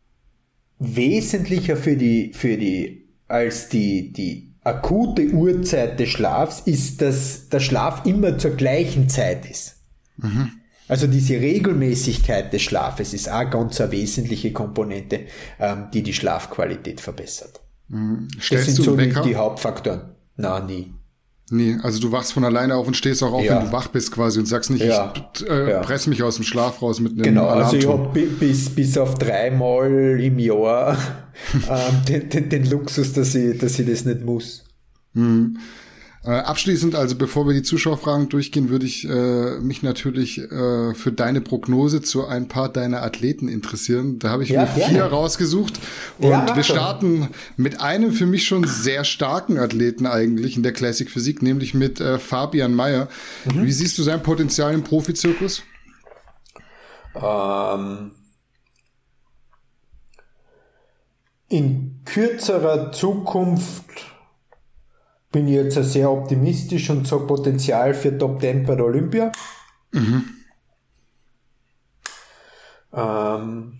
wesentlicher für die, für die, als die, die akute Uhrzeit des Schlafs ist, dass der Schlaf immer zur gleichen Zeit ist. Mhm. Also diese Regelmäßigkeit des Schlafes ist auch ganz eine wesentliche Komponente, ähm, die die Schlafqualität verbessert.
Mhm. Stellst
das sind
du
so
Wecker?
Die, die Hauptfaktoren. Nein, nie.
Nee, also du wachst von alleine auf und stehst auch auf, ja. wenn du wach bist quasi und sagst nicht,
ja.
ich äh, ja. press mich aus dem Schlaf raus mit einem
Genau,
Alarmton.
also ich habe bis, bis auf dreimal im Jahr ähm, den, den, den Luxus, dass ich, dass ich das nicht muss.
Mhm. Äh, abschließend, also bevor wir die Zuschauerfragen durchgehen, würde ich äh, mich natürlich äh, für deine Prognose zu ein paar deiner Athleten interessieren. Da habe ich ja, mir gerne. vier rausgesucht und ja, wir starten mit einem für mich schon sehr starken Athleten eigentlich in der Classic Physik, nämlich mit äh, Fabian Mayer. Mhm. Wie siehst du sein Potenzial im Profizirkus?
Ähm, in kürzerer Zukunft bin ich jetzt sehr optimistisch und so Potenzial für Top zehn bei der Olympia. Mhm. Ähm,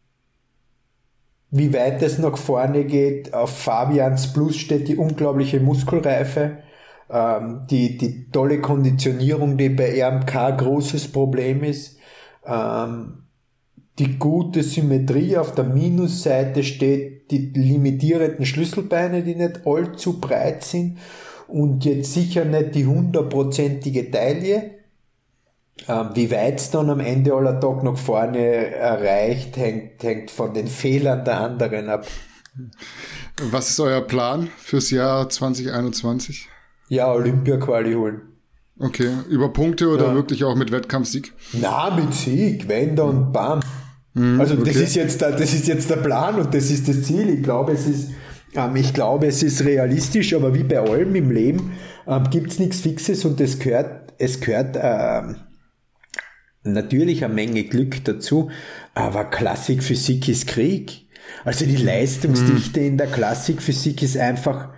wie weit es nach vorne geht, auf Fabians Plus steht die unglaubliche Muskelreife, ähm, die, die tolle Konditionierung, die bei R M K großes Problem ist, ähm, die gute Symmetrie. Auf der Minusseite steht die limitierenden Schlüsselbeine, die nicht allzu breit sind und jetzt sicher nicht die hundertprozentige Taille. Ähm, wie weit es dann am Ende aller Tag nach vorne erreicht, hängt, hängt von den Fehlern der anderen ab.
Was ist euer Plan fürs Jahr zwanzig einundzwanzig?
Ja, Olympia-Quali holen.
Okay, über Punkte oder
ja.
wirklich auch mit Wettkampfsieg?
Na, mit Sieg, wenn dann, bam. Also okay. das ist jetzt der, das ist jetzt der Plan und das ist das Ziel. Ich glaube, es ist, ähm, ich glaube, es ist realistisch, aber wie bei allem im Leben ähm, gibt's nichts Fixes und es gehört, es gehört ähm, natürlich eine Menge Glück dazu, aber Klassikphysik ist Krieg. Also die Leistungsdichte mhm. in der Klassikphysik ist einfach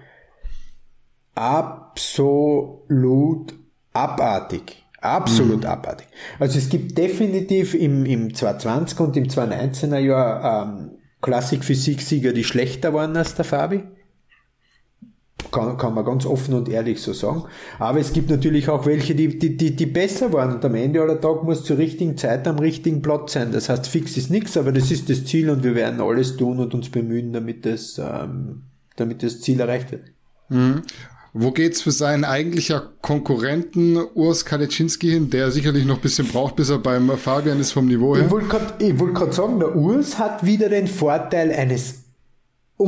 absolut abartig. Absolut mhm. abartig. Also es gibt definitiv im, im zweitausendzwanziger und im zweitausendneunzehner Jahr ähm, Klassikphysik-Sieger, die schlechter waren als der Fabi. Kann, kann man ganz offen und ehrlich so sagen. Aber es gibt natürlich auch welche, die, die, die, die besser waren. Und am Ende aller Tag muss zur richtigen Zeit am richtigen Platz sein. Das heißt, fix ist nichts, aber das ist das Ziel und wir werden alles tun und uns bemühen, damit das, ähm, damit das Ziel erreicht wird.
Mhm. Wo geht's für seinen eigentlicher Konkurrenten Urs Kalecinski hin, der sicherlich noch ein bisschen braucht, bis er beim Fabian ist vom Niveau her?
Ich wollte gerade wollt sagen, der Urs hat wieder den Vorteil eines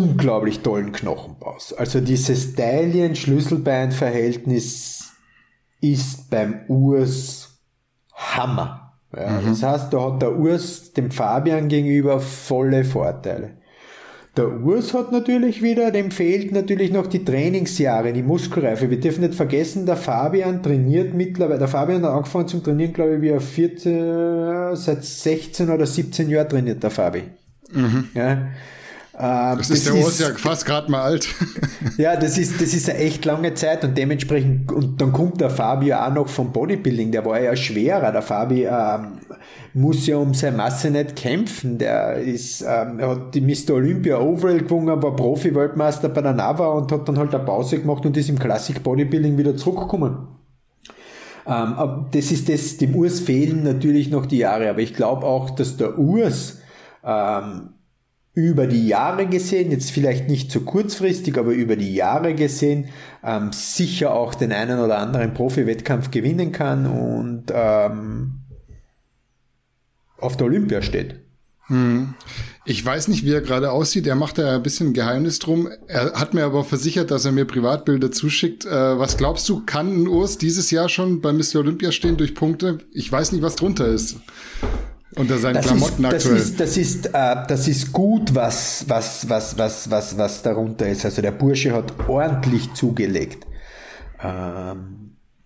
unglaublich tollen Knochenbaus. Also dieses Taillen-Schlüsselbein-Verhältnis ist beim Urs Hammer. Ja, mhm. Das heißt, da hat der Urs dem Fabian gegenüber volle Vorteile. Der Urs hat natürlich wieder, dem fehlt natürlich noch die Trainingsjahre, die Muskelreife. Wir dürfen nicht vergessen, der Fabian trainiert mittlerweile, der Fabian hat angefangen zum Trainieren, glaube ich, wie er vierzehn, seit sechzehn oder siebzehn Jahren trainiert der Fabi. Mhm. Ja.
Das, das ist der Urs ja fast gerade mal alt.
Ja, das ist, das ist eine echt lange Zeit und dementsprechend, und dann kommt der Fabi auch noch vom Bodybuilding, der war ja schwerer. Der Fabi ähm, muss ja um seine Masse nicht kämpfen. Der ist, ähm, er hat die Mister Olympia Overall gewonnen, war Profi-Weltmeister bei der Nava und hat dann halt eine Pause gemacht und ist im Classic Bodybuilding wieder zurückgekommen. Ähm, aber das ist das, dem Urs fehlen natürlich noch die Jahre, aber ich glaube auch, dass der Urs ähm, über die Jahre gesehen, jetzt vielleicht nicht so kurzfristig, aber über die Jahre gesehen, ähm, sicher auch den einen oder anderen Profi-Wettkampf gewinnen kann und ähm, auf der Olympia steht.
Hm. Ich weiß nicht, wie er gerade aussieht. Er macht da ein bisschen Geheimnis drum. Er hat mir aber versichert, dass er mir Privatbilder zuschickt. Äh, was glaubst du, kann ein Urs dieses Jahr schon bei Mister Olympia stehen durch Punkte? Ich weiß nicht, was drunter ist. Unter seinen
das
Klamotten
ist,
aktuell.
Das ist, das ist, äh, das ist gut, was, was, was, was, was, was darunter ist. Also der Bursche hat ordentlich zugelegt. Ähm,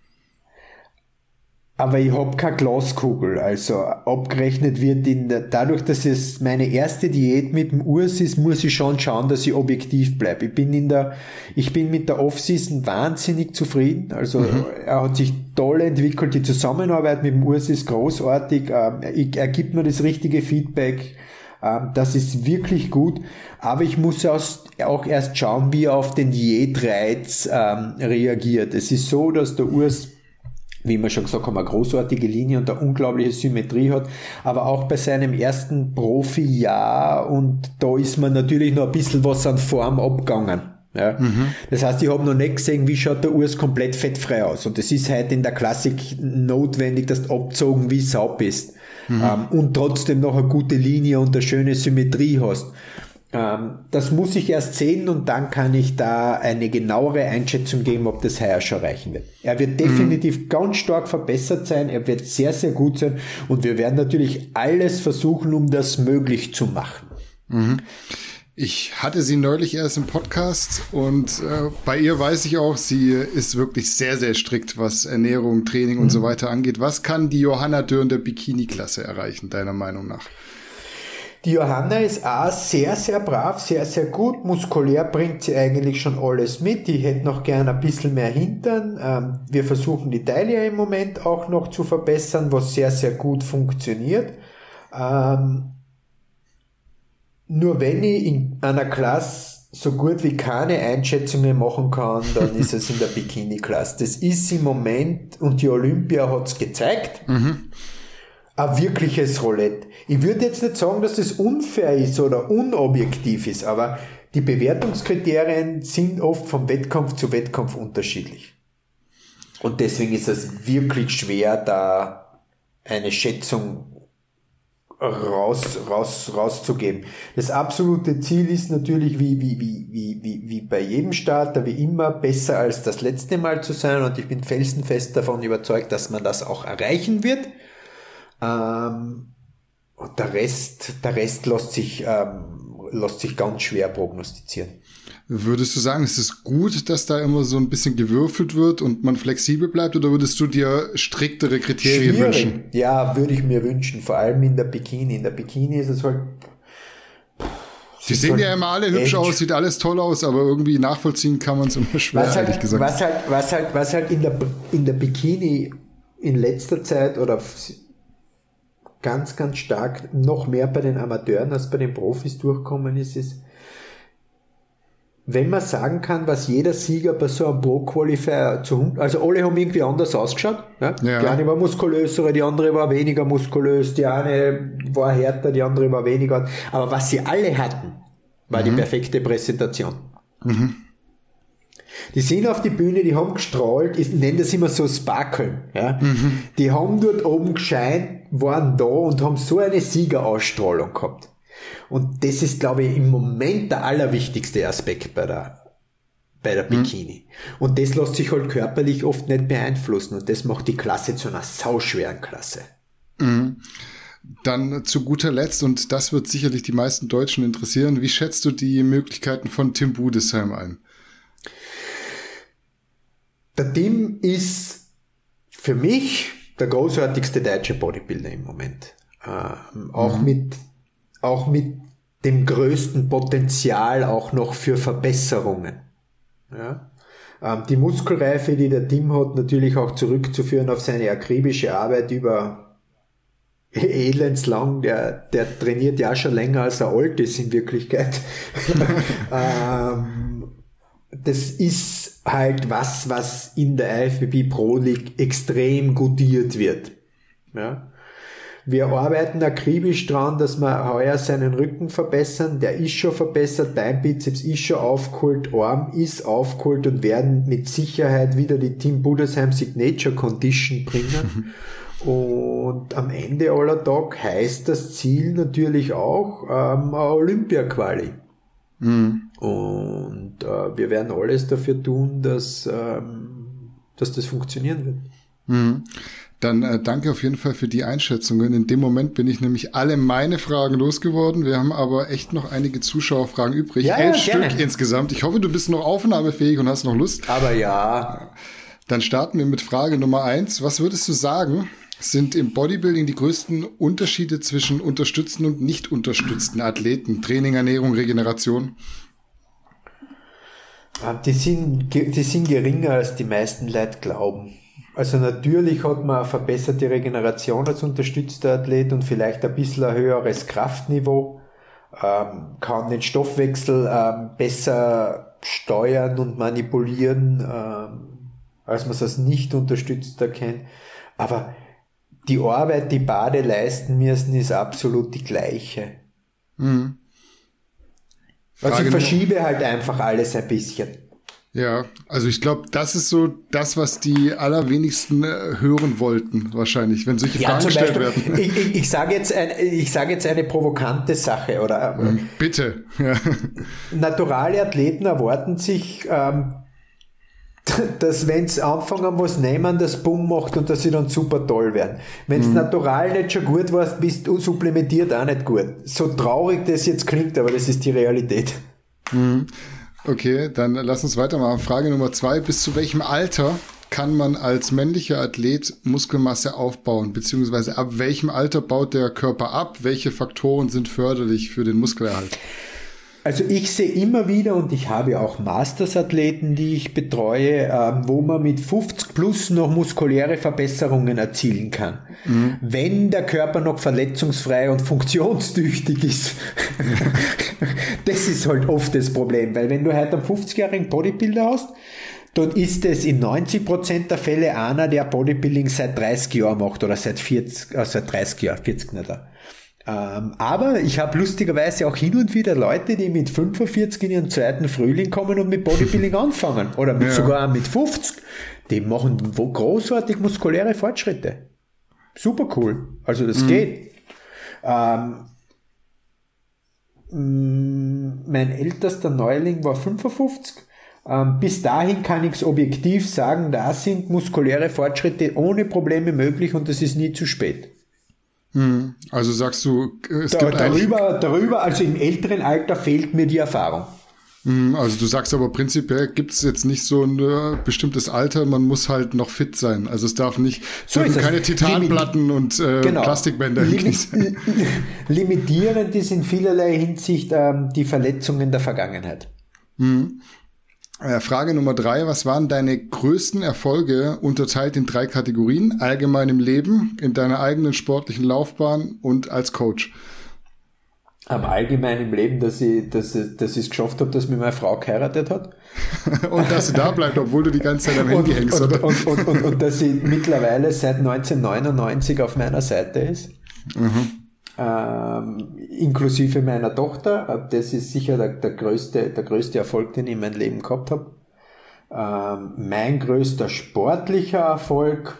aber ich hab keine Glaskugel. Also abgerechnet wird in der, dadurch, dass es meine erste Diät mit dem Urs ist, muss ich schon schauen, dass ich objektiv bleibe. Ich bin in der, ich bin mit der Off-Season wahnsinnig zufrieden. Also mhm. er hat sich toll entwickelt. Die Zusammenarbeit mit dem Urs ist großartig. Er gibt mir das richtige Feedback. Das ist wirklich gut. Aber ich muss auch erst schauen, wie er auf den Diätreiz reagiert. Es ist so, dass der Urs, wie wir schon gesagt haben, eine großartige Linie und eine unglaubliche Symmetrie hat, aber auch bei seinem ersten Profi-Jahr, und da ist man natürlich noch ein bisschen was an Form abgegangen. Ja. Mhm. Das heißt, ich habe noch nicht gesehen, wie schaut der Urs komplett fettfrei aus, und das ist halt in der Klassik notwendig, dass du abgezogen wie Sau bist, mhm. ähm, und trotzdem noch eine gute Linie und eine schöne Symmetrie hast. Das muss ich erst sehen, und dann kann ich da eine genauere Einschätzung geben, ob das heuer schon reichen wird. Er wird definitiv mhm. ganz stark verbessert sein, er wird sehr, sehr gut sein, und wir werden natürlich alles versuchen, um das möglich zu machen.
Mhm. Ich hatte sie neulich erst im Podcast, und äh, bei ihr weiß ich auch, sie ist wirklich sehr, sehr strikt, was Ernährung, Training mhm. und so weiter angeht. Was kann die Johanna Dürr der Bikini-Klasse erreichen, deiner Meinung nach?
Die Johanna ist auch sehr, sehr brav, sehr, sehr gut. Muskulär bringt sie eigentlich schon alles mit. Ich hätte noch gern ein bisschen mehr Hintern. Ähm, wir versuchen die Taille im Moment auch noch zu verbessern, was sehr, sehr gut funktioniert. Ähm, nur wenn ich in einer Klasse so gut wie keine Einschätzungen machen kann, dann ist es in der Bikini-Klasse. Das ist im Moment, und die Olympia hat's gezeigt, mhm. ein wirkliches Roulette. Ich würde jetzt nicht sagen, dass das unfair ist oder unobjektiv ist, aber die Bewertungskriterien sind oft vom Wettkampf zu Wettkampf unterschiedlich. Und deswegen ist es wirklich schwer, da eine Schätzung raus, raus, rauszugeben. Das absolute Ziel ist natürlich, wie, wie, wie, wie, wie, wie bei jedem Starter, wie immer, besser als das letzte Mal zu sein, und ich bin felsenfest davon überzeugt, dass man das auch erreichen wird. Ähm, und der Rest, der Rest lässt sich, ähm, lässt sich ganz schwer prognostizieren.
Würdest du sagen, es ist gut, dass da immer so ein bisschen gewürfelt wird und man flexibel bleibt, oder würdest du dir striktere Kriterien
Schwierig.
wünschen?
Ja, würde ich mir wünschen, vor allem in der Bikini. In der Bikini ist es halt...
Die sehen halt ja immer alle hübsch aus, sieht alles toll aus, aber irgendwie nachvollziehen kann man es immer schwer,
was halt,
ehrlich gesagt.
Was halt, was halt, was halt in der, in der Bikini in letzter Zeit oder ganz, ganz stark noch mehr bei den Amateuren als bei den Profis durchkommen ist, ist, wenn man sagen kann, was jeder Sieger bei so einem Pro-Qualifier zu, also alle haben irgendwie anders ausgeschaut, ja? Ja. Die eine war muskulöser, die andere war weniger muskulös, die eine war härter, die andere war weniger, aber was sie alle hatten, war mhm. die perfekte Präsentation. Mhm. Die sind auf die Bühne, die haben gestrahlt, ich nenne das immer so Sparkeln, ja? Mhm. Die haben dort oben gescheint, waren da und haben so eine Siegerausstrahlung gehabt. Und das ist, glaube ich, im Moment der allerwichtigste Aspekt bei der, bei der Bikini. Mhm. Und das lässt sich halt körperlich oft nicht beeinflussen und das macht die Klasse zu einer sauschweren Klasse.
Mhm. Dann zu guter Letzt, und das wird sicherlich die meisten Deutschen interessieren, wie schätzt du die Möglichkeiten von Tim Budesheim ein?
Der Tim ist für mich der großartigste deutsche Bodybuilder im Moment. Ähm, auch mhm. mit, auch mit dem größten Potenzial auch noch für Verbesserungen. Ja? Ähm, die Muskelreife, die der Tim hat, natürlich auch zurückzuführen auf seine akribische Arbeit über elendslang. Der, der trainiert ja schon länger, als er alt ist in Wirklichkeit. ähm, das ist halt was, was in der I F B B Pro League extrem gutiert wird. Ja? Wir arbeiten akribisch dran, dass wir heuer seinen Rücken verbessern. Der ist schon verbessert, Beinbizeps ist schon aufgeholt, Arm ist aufgeholt und werden mit Sicherheit wieder die Tim Budesheim Signature Condition bringen. Und am Ende aller Tag heißt das Ziel natürlich auch ähm, eine Olympia-Quali. Mhm. Und äh, wir werden alles dafür tun, dass, ähm, dass das funktionieren wird.
Mhm. Dann äh, danke auf jeden Fall für die Einschätzungen. In dem Moment bin ich nämlich alle meine Fragen losgeworden. Wir haben aber echt noch einige Zuschauerfragen übrig.
Ja,
Elf
ja,
Stück
gerne.
Insgesamt. Ich hoffe, du bist noch aufnahmefähig und hast noch Lust.
Aber ja.
Dann starten wir mit Frage Nummer eins. Was würdest du sagen, sind im Bodybuilding die größten Unterschiede zwischen unterstützten und nicht unterstützten Athleten? Training, Ernährung, Regeneration?
Die sind, die sind geringer, als die meisten Leute glauben. Also natürlich hat man eine verbesserte Regeneration als unterstützter Athlet und vielleicht ein bisschen ein höheres Kraftniveau, ähm, kann den Stoffwechsel ähm, besser steuern und manipulieren, ähm, als man es als nicht unterstützter kennt. Aber die Arbeit, die beide leisten müssen, ist absolut die gleiche. Mhm. Also ich verschiebe halt einfach alles ein bisschen.
Ja, also ich glaube, das ist so das, was die allerwenigsten äh, hören wollten, wahrscheinlich, wenn solche
ja,
Fragen gestellt werden.
Ich, ich, ich sage jetzt, ein, ich sag jetzt eine provokante Sache, oder?
Ähm, bitte. Ja.
Naturale Athleten erwarten sich, ähm, dass wenn sie anfangen, was nehmen, das Bumm macht und dass sie dann super toll werden. Wenn es mhm. natural nicht schon gut warst, bist du supplementiert auch nicht gut. So traurig das jetzt klingt, aber das ist die Realität.
Mhm. Okay, dann lass uns weitermachen. Frage Nummer zwei. Bis zu welchem Alter kann man als männlicher Athlet Muskelmasse aufbauen? Beziehungsweise ab welchem Alter baut der Körper ab? Welche Faktoren sind förderlich für den Muskelerhalt?
Also ich sehe immer wieder, und ich habe auch Masters-Athleten, die ich betreue, ähm, wo man mit fünfzig plus noch muskuläre Verbesserungen erzielen kann. Mhm. Wenn der Körper noch verletzungsfrei und funktionstüchtig ist. Das ist halt oft das Problem, weil wenn du heute einen fünfzigjährigen Bodybuilder hast, dann ist es in neunzig Prozent der Fälle einer, der Bodybuilding seit dreißig Jahren macht oder seit vierzig, äh, seit dreißig Jahren, vierzig nicht da. Ähm, aber ich habe lustigerweise auch hin und wieder Leute, die mit fünfundvierzig in ihren zweiten Frühling kommen und mit Bodybuilding anfangen. Oder mit, ja. sogar mit fünfzig. Die machen wo großartig muskuläre Fortschritte. Super cool. Also das mhm. geht. Ähm, mein ältester Neuling war fünfundfünfzig. Ähm, bis dahin kann ich es objektiv sagen, da sind muskuläre Fortschritte ohne Probleme möglich und es ist nie zu spät.
Also sagst du, es
da,
gibt
darüber, darüber, also im älteren Alter fehlt mir die Erfahrung.
Also du sagst aber prinzipiell gibt es jetzt nicht so ein äh, bestimmtes Alter, man muss halt noch fit sein. Also es darf nicht,
so
dürfen keine Titanplatten und äh,
genau.
Plastikbänder
Limi-
sein.
Limitierend ist in vielerlei Hinsicht ähm, die Verletzungen der Vergangenheit.
Mhm. Frage Nummer drei. Was waren deine größten Erfolge unterteilt in drei Kategorien? Allgemein im Leben, in deiner eigenen sportlichen Laufbahn und als Coach?
Am allgemein im Leben, dass ich, dass, ich, dass ich es geschafft habe, dass mich meine Frau geheiratet hat.
Und dass sie da bleibt, obwohl du die ganze Zeit am Handy
und,
hängst,
und,
oder? Und,
und, und, und dass sie mittlerweile seit neunzehnhundertneunundneunzig auf meiner Seite ist. Mhm. Ähm, inklusive meiner Tochter. Das ist sicher der, der größte, der größte Erfolg, den ich in meinem Leben gehabt habe. Ähm, mein größter sportlicher Erfolg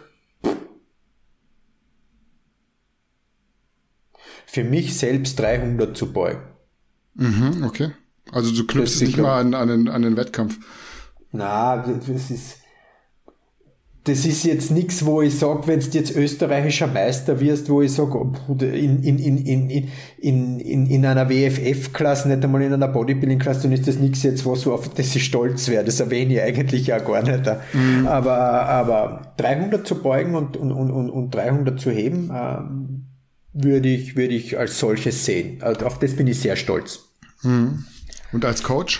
für mich selbst dreihundert zu beugen.
Mhm, okay. Also du knüpfst es nicht mal an, an, den, an den Wettkampf.
Na, das ist, das ist jetzt nichts, wo ich sage, wenn du jetzt österreichischer Meister wirst, wo ich sage, in, in, in, in, in, in, in einer W F F-Klasse, nicht einmal in einer Bodybuilding-Klasse, dann ist das nichts jetzt, was so auf das ich stolz wäre. Das erwähne ich eigentlich ja gar nicht. Mhm. Aber, aber dreihundert zu beugen und, und, und, und dreihundert zu heben, ähm, würde ich, würde ich als solches sehen. Also auf das bin ich sehr stolz.
Mhm. Und als Coach?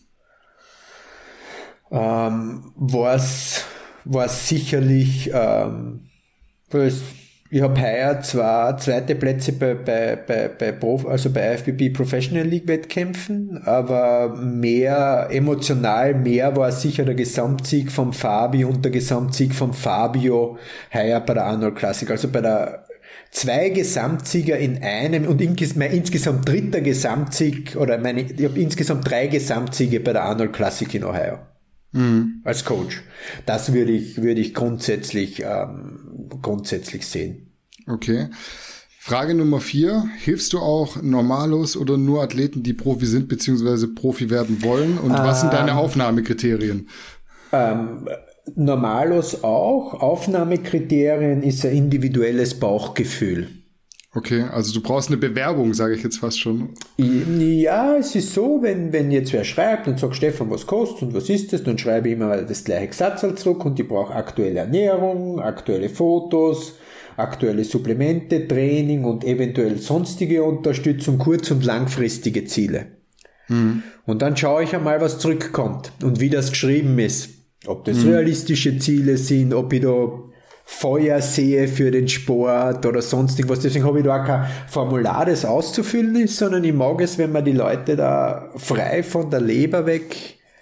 Ähm, war es war sicherlich, ähm, ich habe heuer zwei zweite Plätze bei, bei, bei, bei Prof, also bei I F B B Professional League Wettkämpfen, aber mehr emotional, mehr war sicher der Gesamtsieg vom Fabi und der Gesamtsieg vom Fabio heuer bei der Arnold Classic, also bei der zwei Gesamtsieger in einem und mein insgesamt dritter Gesamtsieg oder meine, ich habe insgesamt drei Gesamtsiege bei der Arnold Classic in Ohio. Mhm. Als Coach. Das würde ich, würde ich grundsätzlich, ähm, grundsätzlich sehen.
Okay. Frage Nummer vier. Hilfst du auch Normalos oder nur Athleten, die Profi sind bzw. Profi werden wollen? Und was ähm, sind deine Aufnahmekriterien?
Ähm, Normalos auch. Aufnahmekriterien ist ein individuelles Bauchgefühl.
Okay, also du brauchst eine Bewerbung, sage ich jetzt fast schon.
Ja, es ist so, wenn, wenn jetzt wer schreibt und sagt, Stefan, was kostet und was ist das, dann schreibe ich immer das gleiche Satzal zurück und ich brauche aktuelle Ernährung, aktuelle Fotos, aktuelle Supplemente, Training und eventuell sonstige Unterstützung, kurz- und langfristige Ziele. Mhm. Und dann schaue ich einmal, was zurückkommt und wie das geschrieben ist. Ob das mhm. realistische Ziele sind, ob ich da Feuer sehe für den Sport oder sonst irgendwas. Deswegen habe ich da auch kein Formular, das auszufüllen ist, sondern ich mag es, wenn man die Leute da frei von der Leber weg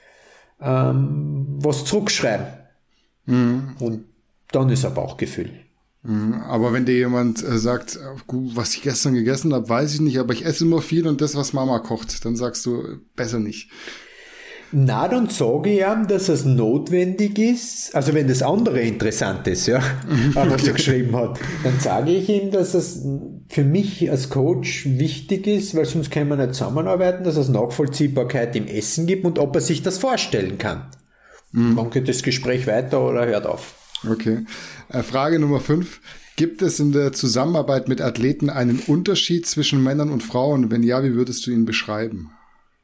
ähm, was zurückschreiben. Mhm. Und dann ist ein Bauchgefühl.
Mhm. Aber wenn dir jemand äh, sagt, gut, was ich gestern gegessen habe, weiß ich nicht, aber ich esse immer viel und das, was Mama kocht, dann sagst du, besser nicht.
Na, dann sage ich ihm, dass es notwendig ist, also wenn das andere interessant ist, ja, was er geschrieben hat, dann sage ich ihm, dass es für mich als Coach wichtig ist, weil sonst können wir nicht zusammenarbeiten, dass es Nachvollziehbarkeit im Essen gibt und ob er sich das vorstellen kann. Mhm. Dann geht das Gespräch weiter oder hört auf.
Okay. Äh, Frage Nummer fünf. Gibt es in der Zusammenarbeit mit Athleten einen Unterschied zwischen Männern und Frauen? Wenn ja, wie würdest du ihn beschreiben?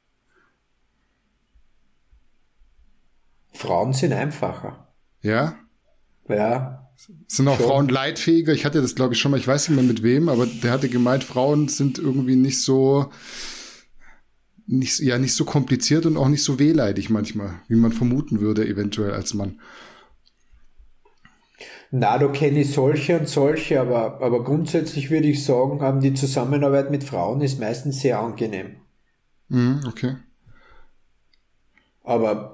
Frauen sind einfacher.
Ja?
Ja.
Sind auch
schon.
Frauen leidfähiger? Ich hatte das, glaube ich, schon mal, ich weiß nicht mehr mit wem, aber der hatte gemeint, Frauen sind irgendwie nicht so, nicht, ja, nicht so kompliziert und auch nicht so wehleidig manchmal, wie man vermuten würde, eventuell als Mann.
Na, da kenne ich solche und solche, aber, aber grundsätzlich würde ich sagen, die Zusammenarbeit mit Frauen ist meistens sehr angenehm.
Mhm, okay.
Aber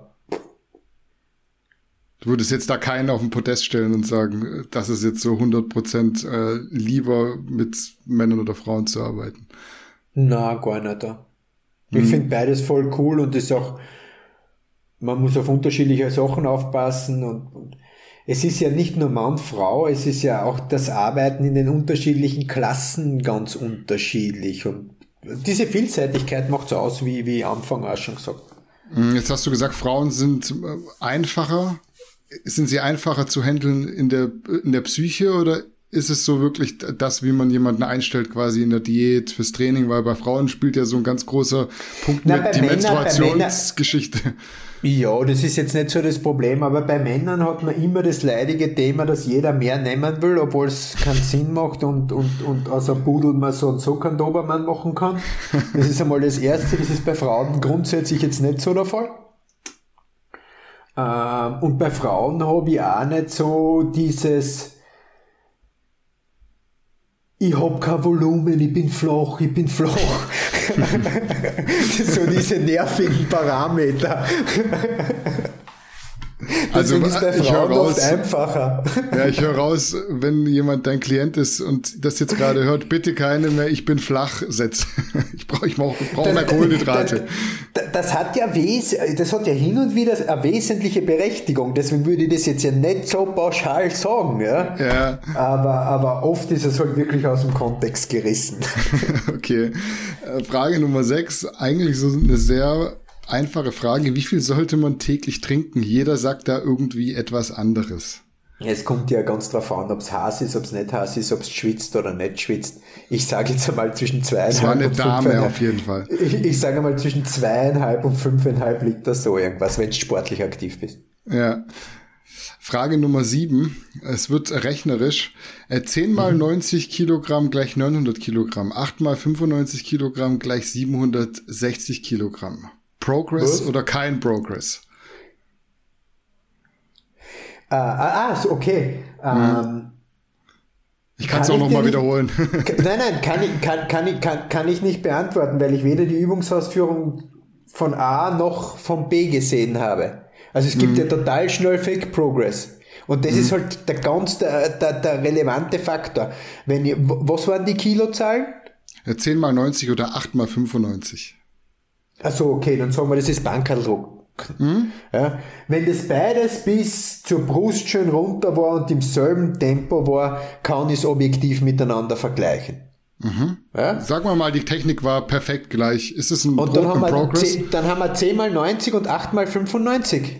du würdest jetzt da keinen auf den Podest stellen und sagen, das ist jetzt so hundert Prozent äh, lieber mit Männern oder Frauen zu arbeiten.
Na, gar nicht. Da. Ich hm. finde beides voll cool und ist auch, man muss auf unterschiedliche Sachen aufpassen und, und es ist ja nicht nur Mann, Frau, es ist ja auch das Arbeiten in den unterschiedlichen Klassen ganz unterschiedlich und diese Vielseitigkeit macht so aus, wie, wie am Anfang auch schon gesagt.
Jetzt hast du gesagt, Frauen sind einfacher. Sind sie einfacher zu handeln in der, in der Psyche oder ist es so wirklich das, wie man jemanden einstellt, quasi in der Diät fürs Training? Weil bei Frauen spielt ja so ein ganz großer Punkt Na, mit die Männer, Menstruationsgeschichte.
Ja, das ist jetzt nicht so das Problem, aber bei Männern hat man immer das leidige Thema, dass jeder mehr nehmen will, obwohl es keinen Sinn macht und, und, und aus einem Pudel man so und so keinen Dobermann machen kann. Das ist einmal das Erste, das ist bei Frauen grundsätzlich jetzt nicht so der Fall. Ähm, und bei Frauen habe ich auch nicht so dieses, ich habe kein Volumen, ich bin flach, ich bin flach. So diese nervigen Parameter.
Also
ist bei
ich höre raus,
oft einfacher.
Ja, ich höre raus, wenn jemand dein Klient ist und das jetzt gerade hört, bitte keine mehr, ich bin flach Sätze. Ich brauche ich brauch, brauch mehr Kohlenhydrate.
Das, das hat ja wes, das hat ja hin und wieder eine wesentliche Berechtigung, deswegen würde ich das jetzt ja nicht so pauschal sagen, ja.
Ja.
Aber, aber oft ist es halt wirklich aus dem Kontext gerissen.
Okay. Frage Nummer sechs, eigentlich so eine sehr einfache Frage. Wie viel sollte man täglich trinken? Jeder sagt da irgendwie etwas anderes.
Es kommt ja ganz drauf an, ob es heiß ist, ob es nicht heiß ist, ob es schwitzt oder nicht schwitzt. Ich sage jetzt einmal zwischen zweieinhalb
Das war eine
und
Dame
fünfeinhalb.
auf jeden Fall.
Ich, ich sage einmal zwischen zweieinhalb und fünfeinhalb Liter so irgendwas, wenn du sportlich aktiv bist.
Ja. Frage Nummer sieben. Es wird rechnerisch. zehn mal neunzig Kilogramm gleich neunhundert Kilogramm. acht mal fünfundneunzig Kilogramm gleich siebenhundertsechzig Kilogramm. Progress
Was?
oder kein Progress?
Ah, ah, ah, so, okay. Ähm,
Ich kann es
Kann
auch
ich
nochmal
dir
wiederholen.
Nein, nein, kann ich, kann, kann, ich, kann, kann ich nicht beantworten, weil ich weder die Übungsausführung von A noch von B gesehen habe. Also es gibt ja total schnell Fake Progress. Und das ist halt der ganz der, der, der relevante Faktor. Wenn ich, was waren die Kilozahlen?
zehn mal neunzig oder acht mal fünfundneunzig.
Also okay, dann sagen wir, das ist Bankerldruck. Ja, wenn das beides bis zur Brust schön runter war und im selben Tempo war, kann ich es objektiv miteinander vergleichen. Ja?
Sagen wir mal, die Technik war perfekt gleich. Ist es ein
Und
Pro
dann haben,
in
wir
Progress?
zehn, dann haben wir zehn mal neunzig und acht mal fünfundneunzig.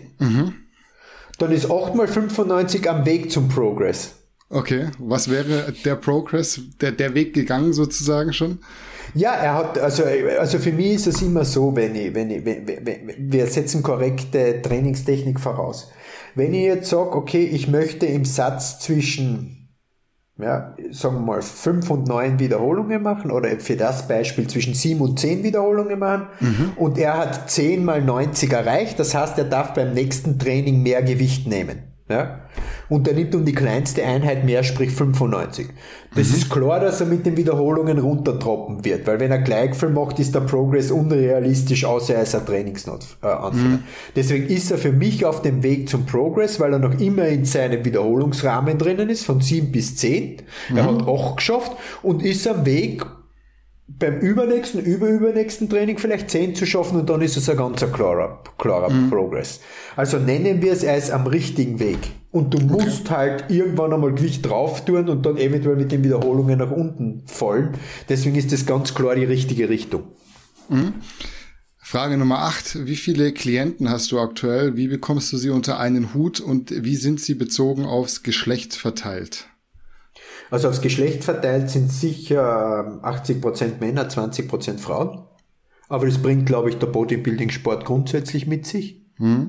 Dann ist acht mal fünfundneunzig am Weg zum Progress.
Okay, was wäre der Progress, der, der Weg gegangen sozusagen schon?
Ja, er hat, also, also für mich ist es immer so, wenn ich, wenn ich, wenn, wenn, wir setzen korrekte Trainingstechnik voraus. Wenn ich jetzt sage, okay, ich möchte im Satz zwischen, ja, sagen wir mal, fünf und neun Wiederholungen machen, oder für das Beispiel zwischen sieben und zehn Wiederholungen machen, mhm. und er hat zehn mal neunzig erreicht, das heißt, er darf beim nächsten Training mehr Gewicht nehmen. Ja? Und er nimmt um die kleinste Einheit mehr, sprich fünfundneunzig. Das mhm. ist klar, dass er mit den Wiederholungen runtertroppen wird, weil wenn er gleich viel macht, ist der Progress unrealistisch, außer er ist ein Trainingsanfänger. Mhm. Deswegen ist er für mich auf dem Weg zum Progress, weil er noch immer in seinem Wiederholungsrahmen drinnen ist, von sieben bis zehn. Mhm. Er hat acht geschafft und ist am Weg, beim übernächsten, überübernächsten Training vielleicht zehn zu schaffen, und dann ist es ein ganz klarer, klarer mhm. Progress. Also nennen wir es, er ist am richtigen Weg. Und du musst okay. halt irgendwann einmal Gewicht drauf tun und dann eventuell mit den Wiederholungen nach unten fallen. Deswegen ist das ganz klar die richtige Richtung.
Mhm. Frage Nummer acht. Wie viele Klienten hast du aktuell? Wie bekommst du sie unter einen Hut und wie sind sie bezogen aufs Geschlecht verteilt?
Also aufs Geschlecht verteilt sind sicher achtzig Prozent Männer, zwanzig Prozent Frauen. Aber das bringt, glaube ich, der Bodybuilding-Sport grundsätzlich mit sich. Hm.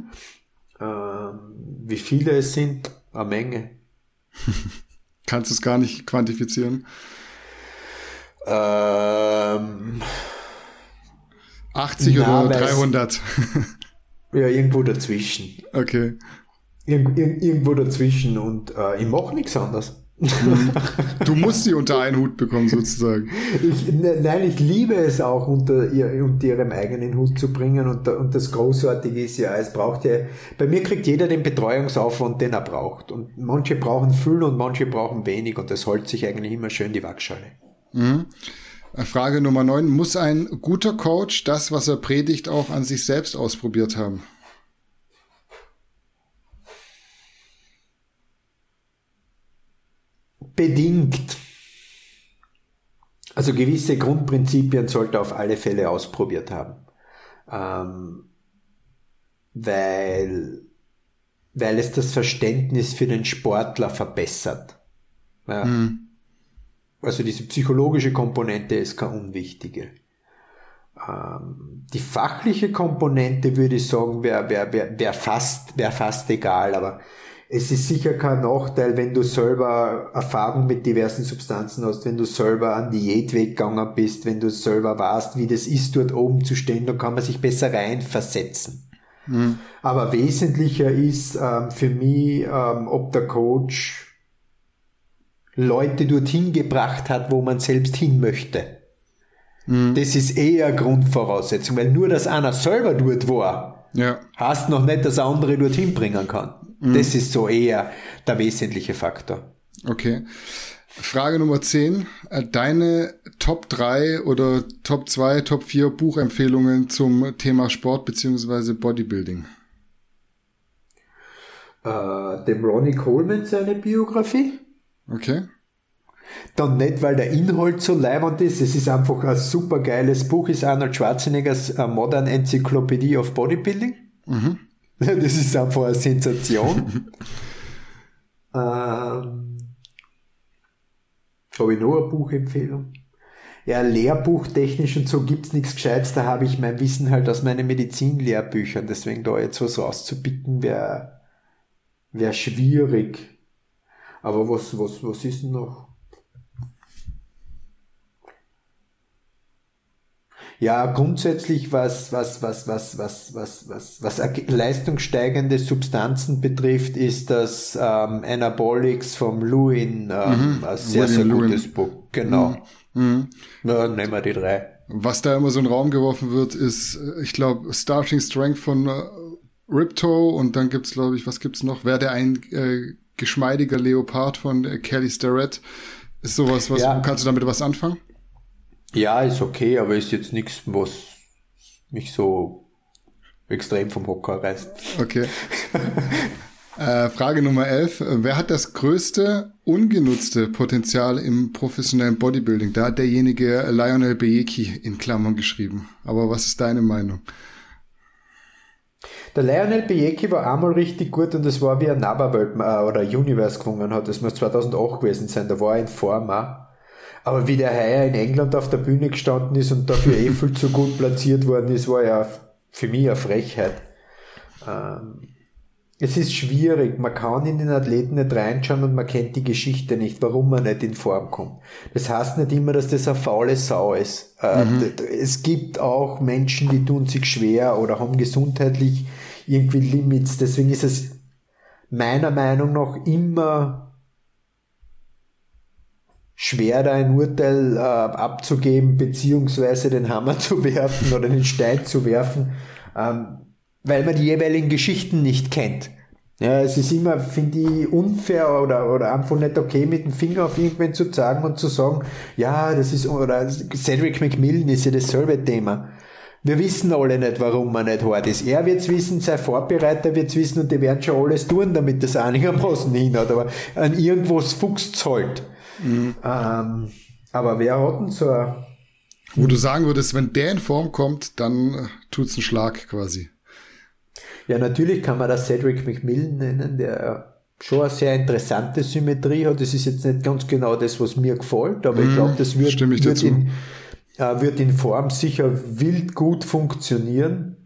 Ähm, wie viele es sind? Eine Menge.
Kannst du es gar nicht quantifizieren?
Ähm,
achtzig
na,
oder dreihundert?
Ja, irgendwo dazwischen.
Okay.
Ir- ir- irgendwo dazwischen und äh, ich mache nichts anderes.
Du musst sie unter einen Hut bekommen, sozusagen.
Ich, ne, nein, ich liebe es auch, unter, ihr, unter ihrem eigenen Hut zu bringen, und, und das Großartige ist ja, es braucht ja, bei mir kriegt jeder den Betreuungsaufwand, den er braucht, und manche brauchen viel und manche brauchen wenig, und das holt sich eigentlich immer schön die Waagschale.
Mhm. Frage Nummer neun. Muss ein guter Coach das, was er predigt, auch an sich selbst ausprobiert haben?
Bedingt. Also gewisse Grundprinzipien sollte er auf alle Fälle ausprobiert haben. Ähm, weil, weil es das Verständnis für den Sportler verbessert. Ja. Hm. Also diese psychologische Komponente ist keine unwichtige. Ähm, die fachliche Komponente, würde ich sagen, wäre wär, wär, wär fast, wär fast egal, aber es ist sicher kein Nachteil, wenn du selber Erfahrung mit diversen Substanzen hast, wenn du selber an Diätweg gegangen bist, wenn du selber weißt, wie das ist, dort oben zu stehen, da kann man sich besser reinversetzen. Mhm. Aber wesentlicher ist ähm, für mich, ähm, ob der Coach Leute dorthin gebracht hat, wo man selbst hin möchte. Mhm. Das ist eher Grundvoraussetzung, weil nur, dass einer selber dort war, ja, heißt noch nicht, dass er andere dorthin bringen kann. Das ist so eher der wesentliche Faktor.
Okay. Frage Nummer zehn. Deine Top drei oder Top zwei, Top vier Buchempfehlungen zum Thema Sport bzw. Bodybuilding?
Äh, dem Ronnie Coleman seine Biografie.
Okay.
Dann nicht, weil der Inhalt so leibend ist, es ist einfach ein super geiles Buch, ist Arnold Schwarzeneggers Modern Encyclopedia of Bodybuilding. Mhm. Das ist einfach eine Sensation. ähm, habe ich noch eine Buchempfehlung? Ja, lehrbuchtechnisch und so gibt's nichts Gescheites, da habe ich mein Wissen halt aus meinen Medizinlehrbüchern, deswegen da jetzt was rauszupicken wäre wär schwierig. Aber was, was, was ist denn noch? Ja, grundsätzlich was, was, was, was, was, was, was, was leistungssteigende Substanzen betrifft, ist das ähm, Anabolics vom Lewin, ähm, mhm. ein sehr, William sehr gutes Lewin. Buch. Genau. Mhm. Na, nehmen wir die drei.
Was da immer so in den Raum geworfen wird, ist, ich glaube, Starting Strength von äh, Ripto und dann gibt's, glaube ich, was gibt's noch? Werde ein äh, geschmeidiger Leopard von äh, Kelly Starrett. Ist sowas, was, ja. Kannst du damit was anfangen?
Ja, ist okay, aber ist jetzt nichts, was mich so extrem vom Hocker reißt.
Okay. äh, Frage Nummer elf. Wer hat das größte ungenutzte Potenzial im professionellen Bodybuilding? Da hat derjenige Lionel Bejeki in Klammern geschrieben. Aber was ist deine Meinung?
Der Lionel Bejeki war einmal richtig gut und das war, wie er NABA-Welt oder Universe gewonnen hat. Das muss zweitausendacht gewesen sein. Da war er in Form auch. Aber wie der heuer in England auf der Bühne gestanden ist und dafür eh viel zu gut platziert worden ist, war ja für mich eine Frechheit. Ähm, es ist schwierig. Man kann in den Athleten nicht reinschauen und man kennt die Geschichte nicht, warum man nicht in Form kommt. Das heißt nicht immer, dass das eine faule Sau ist. Äh, mhm. Es gibt auch Menschen, die tun sich schwer oder haben gesundheitlich irgendwie Limits. Deswegen ist es meiner Meinung nach immer schwer, da ein Urteil äh, abzugeben, beziehungsweise den Hammer zu werfen oder den Stein zu werfen, ähm, weil man die jeweiligen Geschichten nicht kennt. Ja, es ist immer, finde ich, unfair oder, oder einfach nicht okay, mit dem Finger auf irgendwen zu zeigen und zu sagen, ja, das ist, oder Cedric McMillan ist ja dasselbe Thema. Wir wissen alle nicht, warum man nicht hart ist. Er wird's wissen, sein Vorbereiter wird's wissen und die werden schon alles tun, damit das einigermaßen hinhaut, aber an irgendwas fuchst's halt. Mhm. Ähm, aber wer hat denn so ein...
Wo du sagen würdest, wenn der in Form kommt, dann äh, tut's einen Schlag quasi.
Ja, natürlich kann man das Cedric McMillan nennen, der schon eine sehr interessante Symmetrie hat. Das ist jetzt nicht ganz genau das, was mir gefällt, aber mhm, ich glaube, das wird, wird, in, äh, wird in Form sicher wild gut funktionieren.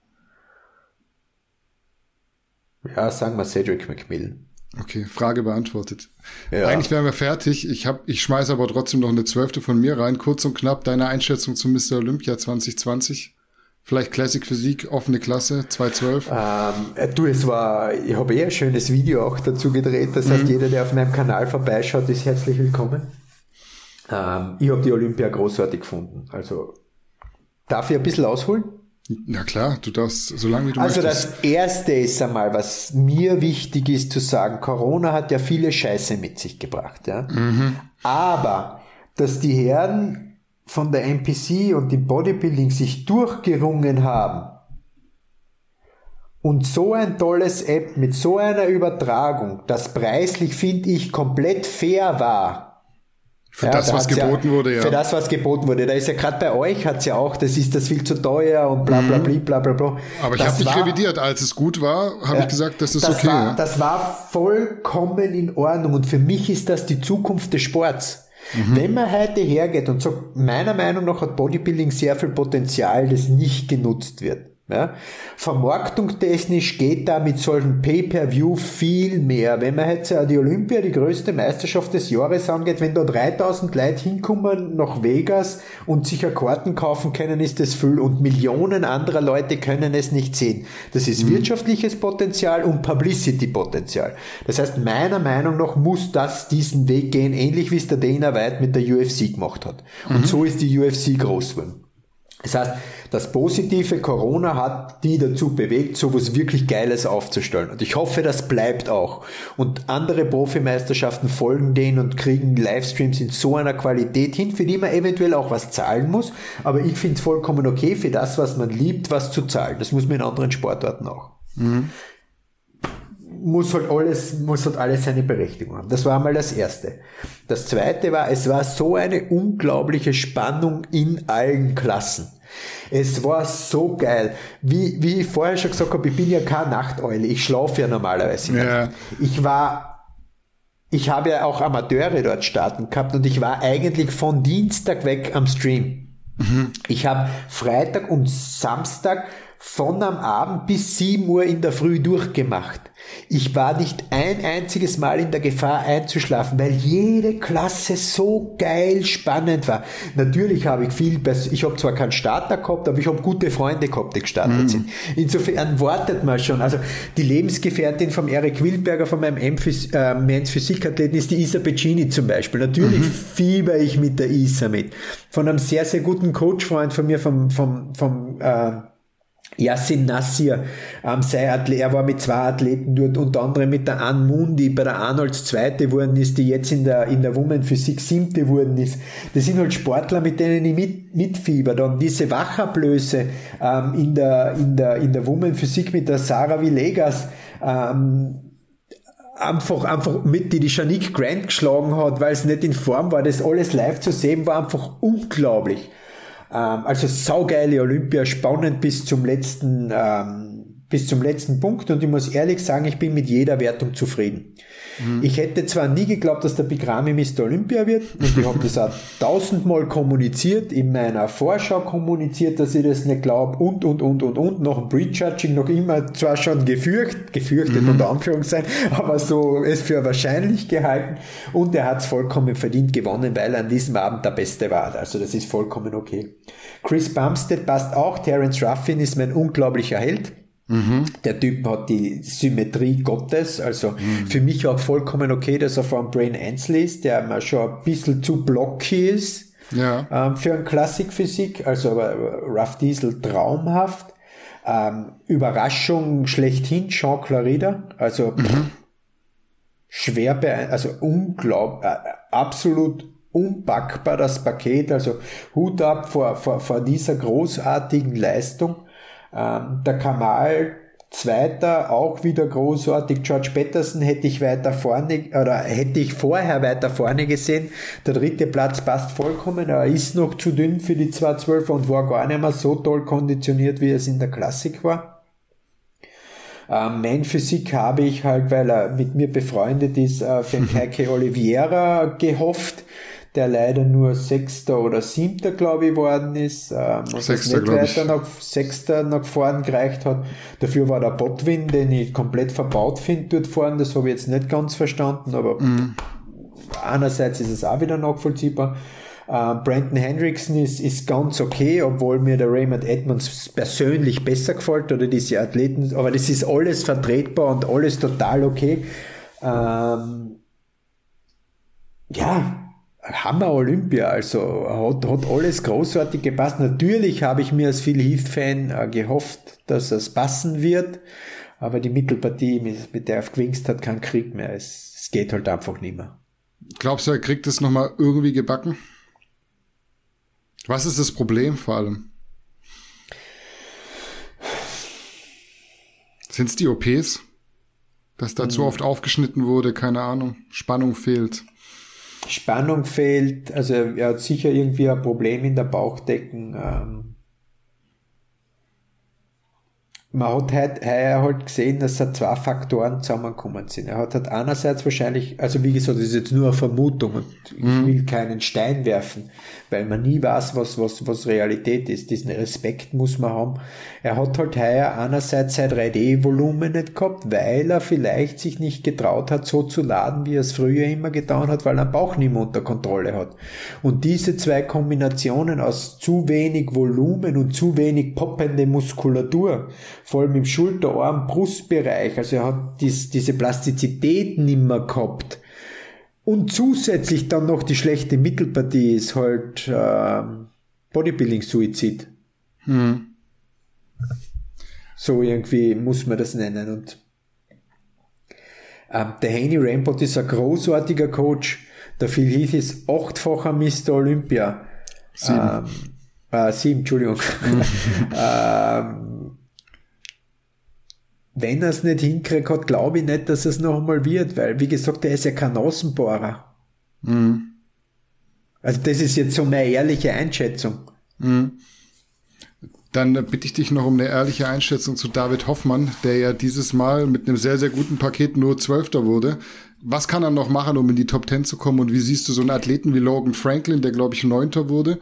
Ja, sagen wir Cedric McMillan.
Okay, Frage beantwortet. Ja. Eigentlich wären wir fertig. Ich hab, ich schmeiße aber trotzdem noch eine zwölfte von mir rein. Kurz und knapp deine Einschätzung zu Mister Olympia zwanzig zwanzig. Vielleicht Classic Physik, offene Klasse, zwei zwölf.
Ähm, du, es war, ich habe eh ein schönes Video auch dazu gedreht. Das heißt, mhm. jeder, der auf meinem Kanal vorbeischaut, ist herzlich willkommen. Ähm, ich habe die Olympia großartig gefunden. Also, darf ich ein bisschen ausholen?
Na klar, du darfst, solange wie du
also
möchtest.
Also das Erste ist einmal, was mir wichtig ist zu sagen, Corona hat ja viele Scheiße mit sich gebracht, ja. Mhm. Aber, dass die Herren von der N P C und dem Bodybuilding sich durchgerungen haben und so ein tolles App mit so einer Übertragung, das preislich, finde ich, komplett fair war.
Für ja, das, da was geboten
ja,
wurde, ja.
Für das, was geboten wurde. Da ist ja gerade bei euch, hat's ja auch, das ist das viel zu teuer und bla bla bla bla bla bla.
Aber ich habe dich revidiert, als es gut war, habe ja, ich gesagt, das ist
das
okay.
War,
ja.
Das war vollkommen in Ordnung und für mich ist das die Zukunft des Sports. Mhm. Wenn man heute hergeht und sagt, meiner Meinung nach hat Bodybuilding sehr viel Potenzial, das nicht genutzt wird. Ja? Vermarktungstechnisch geht da mit solchen Pay-Per-View viel mehr. Wenn man jetzt die Olympia, die größte Meisterschaft des Jahres angeht, wenn da dreitausend Leute hinkommen nach Vegas und sich eine Karten kaufen können, ist das viel und Millionen anderer Leute können es nicht sehen. Das ist mhm. wirtschaftliches Potenzial und Publicity-Potenzial. Das heißt, meiner Meinung nach muss das diesen Weg gehen, ähnlich wie es der Dana White mit der U F C gemacht hat. Und mhm. so ist die U F C groß geworden. Das heißt, das positive Corona hat die dazu bewegt, sowas wirklich Geiles aufzustellen. Und ich hoffe, das bleibt auch. Und andere Profimeisterschaften folgen denen und kriegen Livestreams in so einer Qualität hin, für die man eventuell auch was zahlen muss. Aber ich finde es vollkommen okay, für das, was man liebt, was zu zahlen. Das muss man in anderen Sportarten auch. Mhm. muss halt alles, muss halt alles seine Berechtigung haben. Das war einmal das Erste. Das Zweite war, es war so eine unglaubliche Spannung in allen Klassen. Es war so geil. Wie, wie ich vorher schon gesagt habe, ich bin ja keine Nachteule. Ich schlafe ja normalerweise nicht. Ja. Ich war, ich habe ja auch Amateure dort starten gehabt und ich war eigentlich von Dienstag weg am Stream. Mhm. Ich habe Freitag und Samstag von am Abend bis sieben Uhr in der Früh durchgemacht. Ich war nicht ein einziges Mal in der Gefahr einzuschlafen, weil jede Klasse so geil spannend war. Natürlich habe ich viel, ich habe zwar keinen Starter gehabt, aber ich habe gute Freunde gehabt, die gestartet mm. sind. Insofern wartet man schon. Also die Lebensgefährtin vom Eric Wildberger, von meinem äh, Men's Physikathleten, ist die Isa Beccini zum Beispiel. Natürlich mhm. fieber ich mit der Isa mit. Von einem sehr, sehr guten Coachfreund von mir, vom, vom, vom äh, Yassin Nassir, ähm, sei Athlet, er war mit zwei Athleten dort, unter anderem mit der Ann Moon, die bei der Arnolds Zweite geworden ist, die jetzt in der, in der Women Physik Siebte geworden ist. Das sind halt Sportler, mit denen ich mit, mitfieber. Dann diese Wachablöse, ähm, in der, in der, in der Women Physik mit der Sarah Villegas, ähm, einfach, einfach mit, die die Shanique Grant geschlagen hat, weil es nicht in Form war, das alles live zu sehen, war einfach unglaublich. Also saugeile Olympia, spannend bis zum letzten, ähm, bis zum letzten Punkt, und ich muss ehrlich sagen, ich bin mit jeder Wertung zufrieden. Mhm. Ich hätte zwar nie geglaubt, dass der Bikrami Mister Olympia wird, und ich habe das auch tausendmal kommuniziert, in meiner Vorschau kommuniziert, dass ich das nicht glaube, und, und, und, und, und, nach dem Prejudging noch immer zwar schon gefürcht, gefürchtet mhm. unter Anführungszeichen, aber so es für wahrscheinlich gehalten, und er hat es vollkommen verdient gewonnen, weil er an diesem Abend der Beste war. Also das ist vollkommen okay. Chris Bumstead passt auch, Terence Ruffin ist mein unglaublicher Held. Mhm. Der Typ hat die Symmetrie Gottes, also mhm. für mich auch vollkommen okay, dass er vor Brain Ansley ist, der mir schon ein bisschen zu blocky ist, ja. ähm, für ein Klassikphysik, also aber Ruff Diesel traumhaft. Ähm, Überraschung schlechthin, Jean Clarida, also mhm. schwer beeindruckend, also unglaublich, äh, absolut unpackbar das Paket, also Hut ab vor, vor, vor dieser großartigen Leistung. Ähm, der Kamal, Zweiter, auch wieder großartig. George Peterson hätte ich weiter vorne, oder hätte ich vorher weiter vorne gesehen. Der dritte Platz passt vollkommen. Er ist noch zu dünn für die zwei zwölfer und war gar nicht mehr so toll konditioniert, wie es in der Klassik war. Ähm, Main Physik habe ich halt, weil er mit mir befreundet ist, äh, für den Heike Oliveira gehofft, der leider nur Sechster oder Siebter, glaube ich, worden ist, ähm, und Sechster, nicht weiter nach Sechster nach vorn gereicht hat. Dafür war der Botwin, den ich komplett verbaut finde dort vorn, das habe ich jetzt nicht ganz verstanden, aber mhm. einerseits ist es auch wieder nachvollziehbar. Uh, Brandon Hendrickson ist, ist ganz okay, obwohl mir der Raymond Edmonds persönlich besser gefällt, oder diese Athleten, aber das ist alles vertretbar und alles total okay. Ähm, ja, Hammer Olympia, also hat, hat alles großartig gepasst. Natürlich habe ich mir als Phil Heath-Fan äh, gehofft, dass es passen wird, aber die Mittelpartie, mit, mit der er gewinkt hat, kein Krieg mehr. Es, es geht halt einfach nicht mehr.
Glaubst du, er kriegt es nochmal irgendwie gebacken? Was ist das Problem vor allem? Sind es die O Ps? Dass da hm. zu oft aufgeschnitten wurde, keine Ahnung, Spannung fehlt.
Spannung fehlt, also er hat sicher irgendwie ein Problem in der Bauchdecken. Ähm Man hat heute heuer halt gesehen, dass da zwei Faktoren zusammengekommen sind. Er hat halt einerseits wahrscheinlich, also wie gesagt, das ist jetzt nur eine Vermutung und ich mhm. will keinen Stein werfen, weil man nie weiß, was, was, was Realität ist. Diesen Respekt muss man haben. Er hat halt heuer einerseits sein drei D-Volumen nicht gehabt, weil er vielleicht sich nicht getraut hat, so zu laden, wie er es früher immer getan hat, weil er den Bauch nicht mehr unter Kontrolle hat. Und diese zwei Kombinationen aus zu wenig Volumen und zu wenig poppende Muskulatur, vor allem im Schulter-Arm-, Brustbereich, also er hat dies, diese Plastizität nicht mehr gehabt. Und zusätzlich dann noch die schlechte Mittelpartie ist halt äh, Bodybuilding-Suizid. Hm. So irgendwie muss man das nennen. Und ähm, der Haney Rampart ist ein großartiger Coach. Der Phil Heath ist achtfacher Mister Olympia. Sieben. Ähm, äh, sieben, Entschuldigung. ähm, wenn er es nicht hinkriegt hat, glaube ich nicht, dass es noch einmal wird, weil, wie gesagt, er ist ja kein Außenbohrer. Mhm. Also das ist jetzt so meine ehrliche Einschätzung.
Mhm. Dann bitte ich dich noch um eine ehrliche Einschätzung zu David Hoffmann, der ja dieses Mal mit einem sehr, sehr guten Paket nur Zwölfter wurde. Was kann er noch machen, um in die Top Ten zu kommen? Und wie siehst du so einen Athleten wie Logan Franklin, der, glaube ich, Neunter wurde?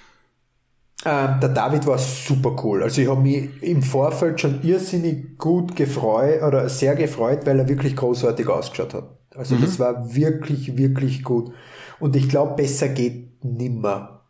Ähm, der David war super cool. Also ich habe mich im Vorfeld schon irrsinnig gut gefreut oder sehr gefreut, weil er wirklich großartig ausgeschaut hat. Also mhm. das war wirklich, wirklich gut. Und ich glaube, besser geht nimmer.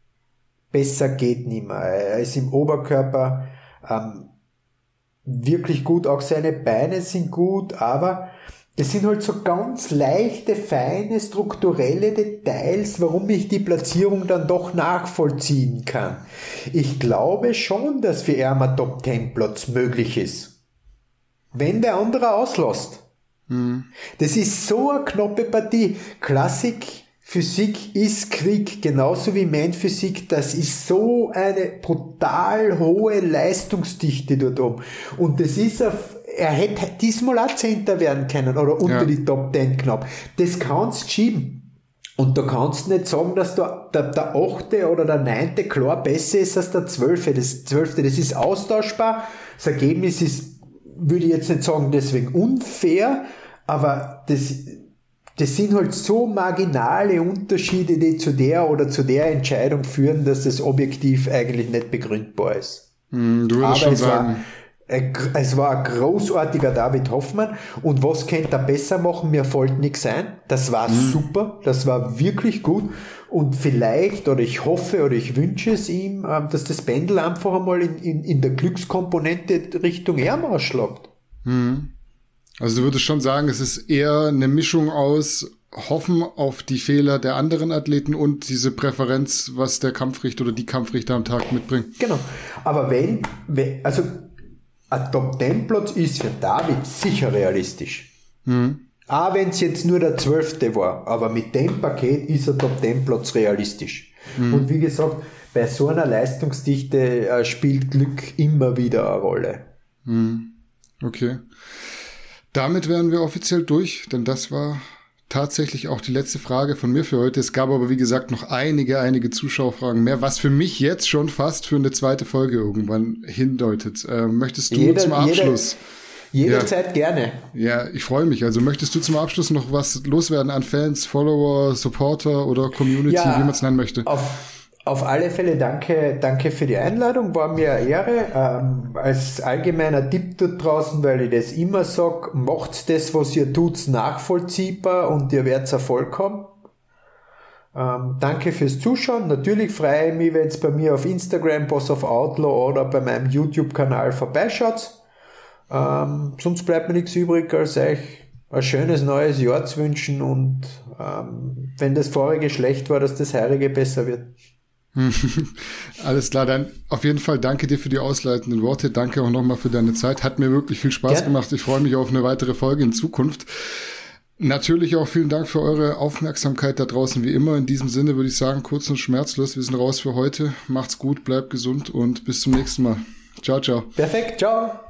Besser geht nimmer. Er ist im Oberkörper ähm, wirklich gut. Auch seine Beine sind gut, aber es sind halt so ganz leichte, feine, strukturelle Details, warum ich die Platzierung dann doch nachvollziehen kann. Ich glaube schon, dass für ihn ein Top-Ten-Platz möglich ist. Wenn der andere auslässt. Mhm. Das ist so eine knappe Partie. Klassik, Physik ist Krieg, genauso wie Main-Physik. Das ist so eine brutal hohe Leistungsdichte dort oben. Und das ist auf er hätte diesmal auch Zehnter werden können oder unter ja. die Top Ten knapp. Das kannst du schieben. Und da kannst du nicht sagen, dass der, der, der achte oder der neunte klar besser ist als der zwölfte. Das zwölfte, das ist austauschbar. Das Ergebnis ist, würde ich jetzt nicht sagen, deswegen unfair, aber das, das sind halt so marginale Unterschiede, die zu der oder zu der Entscheidung führen, dass das objektiv eigentlich nicht begründbar ist.
Hm, du würdest schon sagen...
War, Es war ein großartiger David Hoffmann. Und was könnte er besser machen? Mir fällt nichts ein. Das war mhm. super. Das war wirklich gut. Und vielleicht, oder ich hoffe, oder ich wünsche es ihm, dass das Pendel einfach einmal in, in, in der Glückskomponente Richtung Arm ausschlägt.
Mhm. Also du würdest schon sagen, es ist eher eine Mischung aus Hoffen auf die Fehler der anderen Athleten und diese Präferenz, was der Kampfrichter oder die Kampfrichter am Tag mitbringt.
Genau. Aber wenn, wenn also ein Top-Ten-Platz ist für David sicher realistisch. Mhm. Auch wenn es jetzt nur der zwölfte war. Aber mit dem Paket ist ein Top-Ten-Platz realistisch. Mhm. Und wie gesagt, bei so einer Leistungsdichte äh, spielt Glück immer wieder eine Rolle.
Mhm. Okay. Damit wären wir offiziell durch, denn das war tatsächlich auch die letzte Frage von mir für heute. Es gab aber, wie gesagt, noch einige, einige Zuschauerfragen mehr, was für mich jetzt schon fast für eine zweite Folge irgendwann hindeutet. Äh, möchtest du jeder, zum Abschluss...
Jeder, jederzeit ja, gerne.
Ja, ich freue mich. Also möchtest du zum Abschluss noch was loswerden an Fans, Follower, Supporter oder Community, ja, wie man es nennen möchte?
Auf Auf alle Fälle danke, danke für die Einladung, war mir eine Ehre. Ähm, als allgemeiner Tipp dort draußen, weil ich das immer sage, macht das, was ihr tut, nachvollziehbar und ihr werdet Erfolg haben. Ähm, danke fürs Zuschauen. Natürlich freue ich mich, wenn es bei mir auf Instagram, Boss of Outlaw oder bei meinem YouTube-Kanal vorbeischaut. Ähm, sonst bleibt mir nichts übrig, als euch ein schönes neues Jahr zu wünschen und ähm, wenn das vorige schlecht war, dass das heurige besser wird.
Alles klar, dann auf jeden Fall danke dir für die ausleitenden Worte. Danke auch nochmal für deine Zeit. Hat mir wirklich viel Spaß Gern. gemacht. Ich freue mich auf eine weitere Folge in Zukunft. Natürlich auch vielen Dank für eure Aufmerksamkeit da draußen. Wie immer, in diesem Sinne würde ich sagen, kurz und schmerzlos. Wir sind raus für heute. Macht's gut, bleibt gesund und bis zum nächsten Mal. Ciao, ciao.
Perfekt, ciao.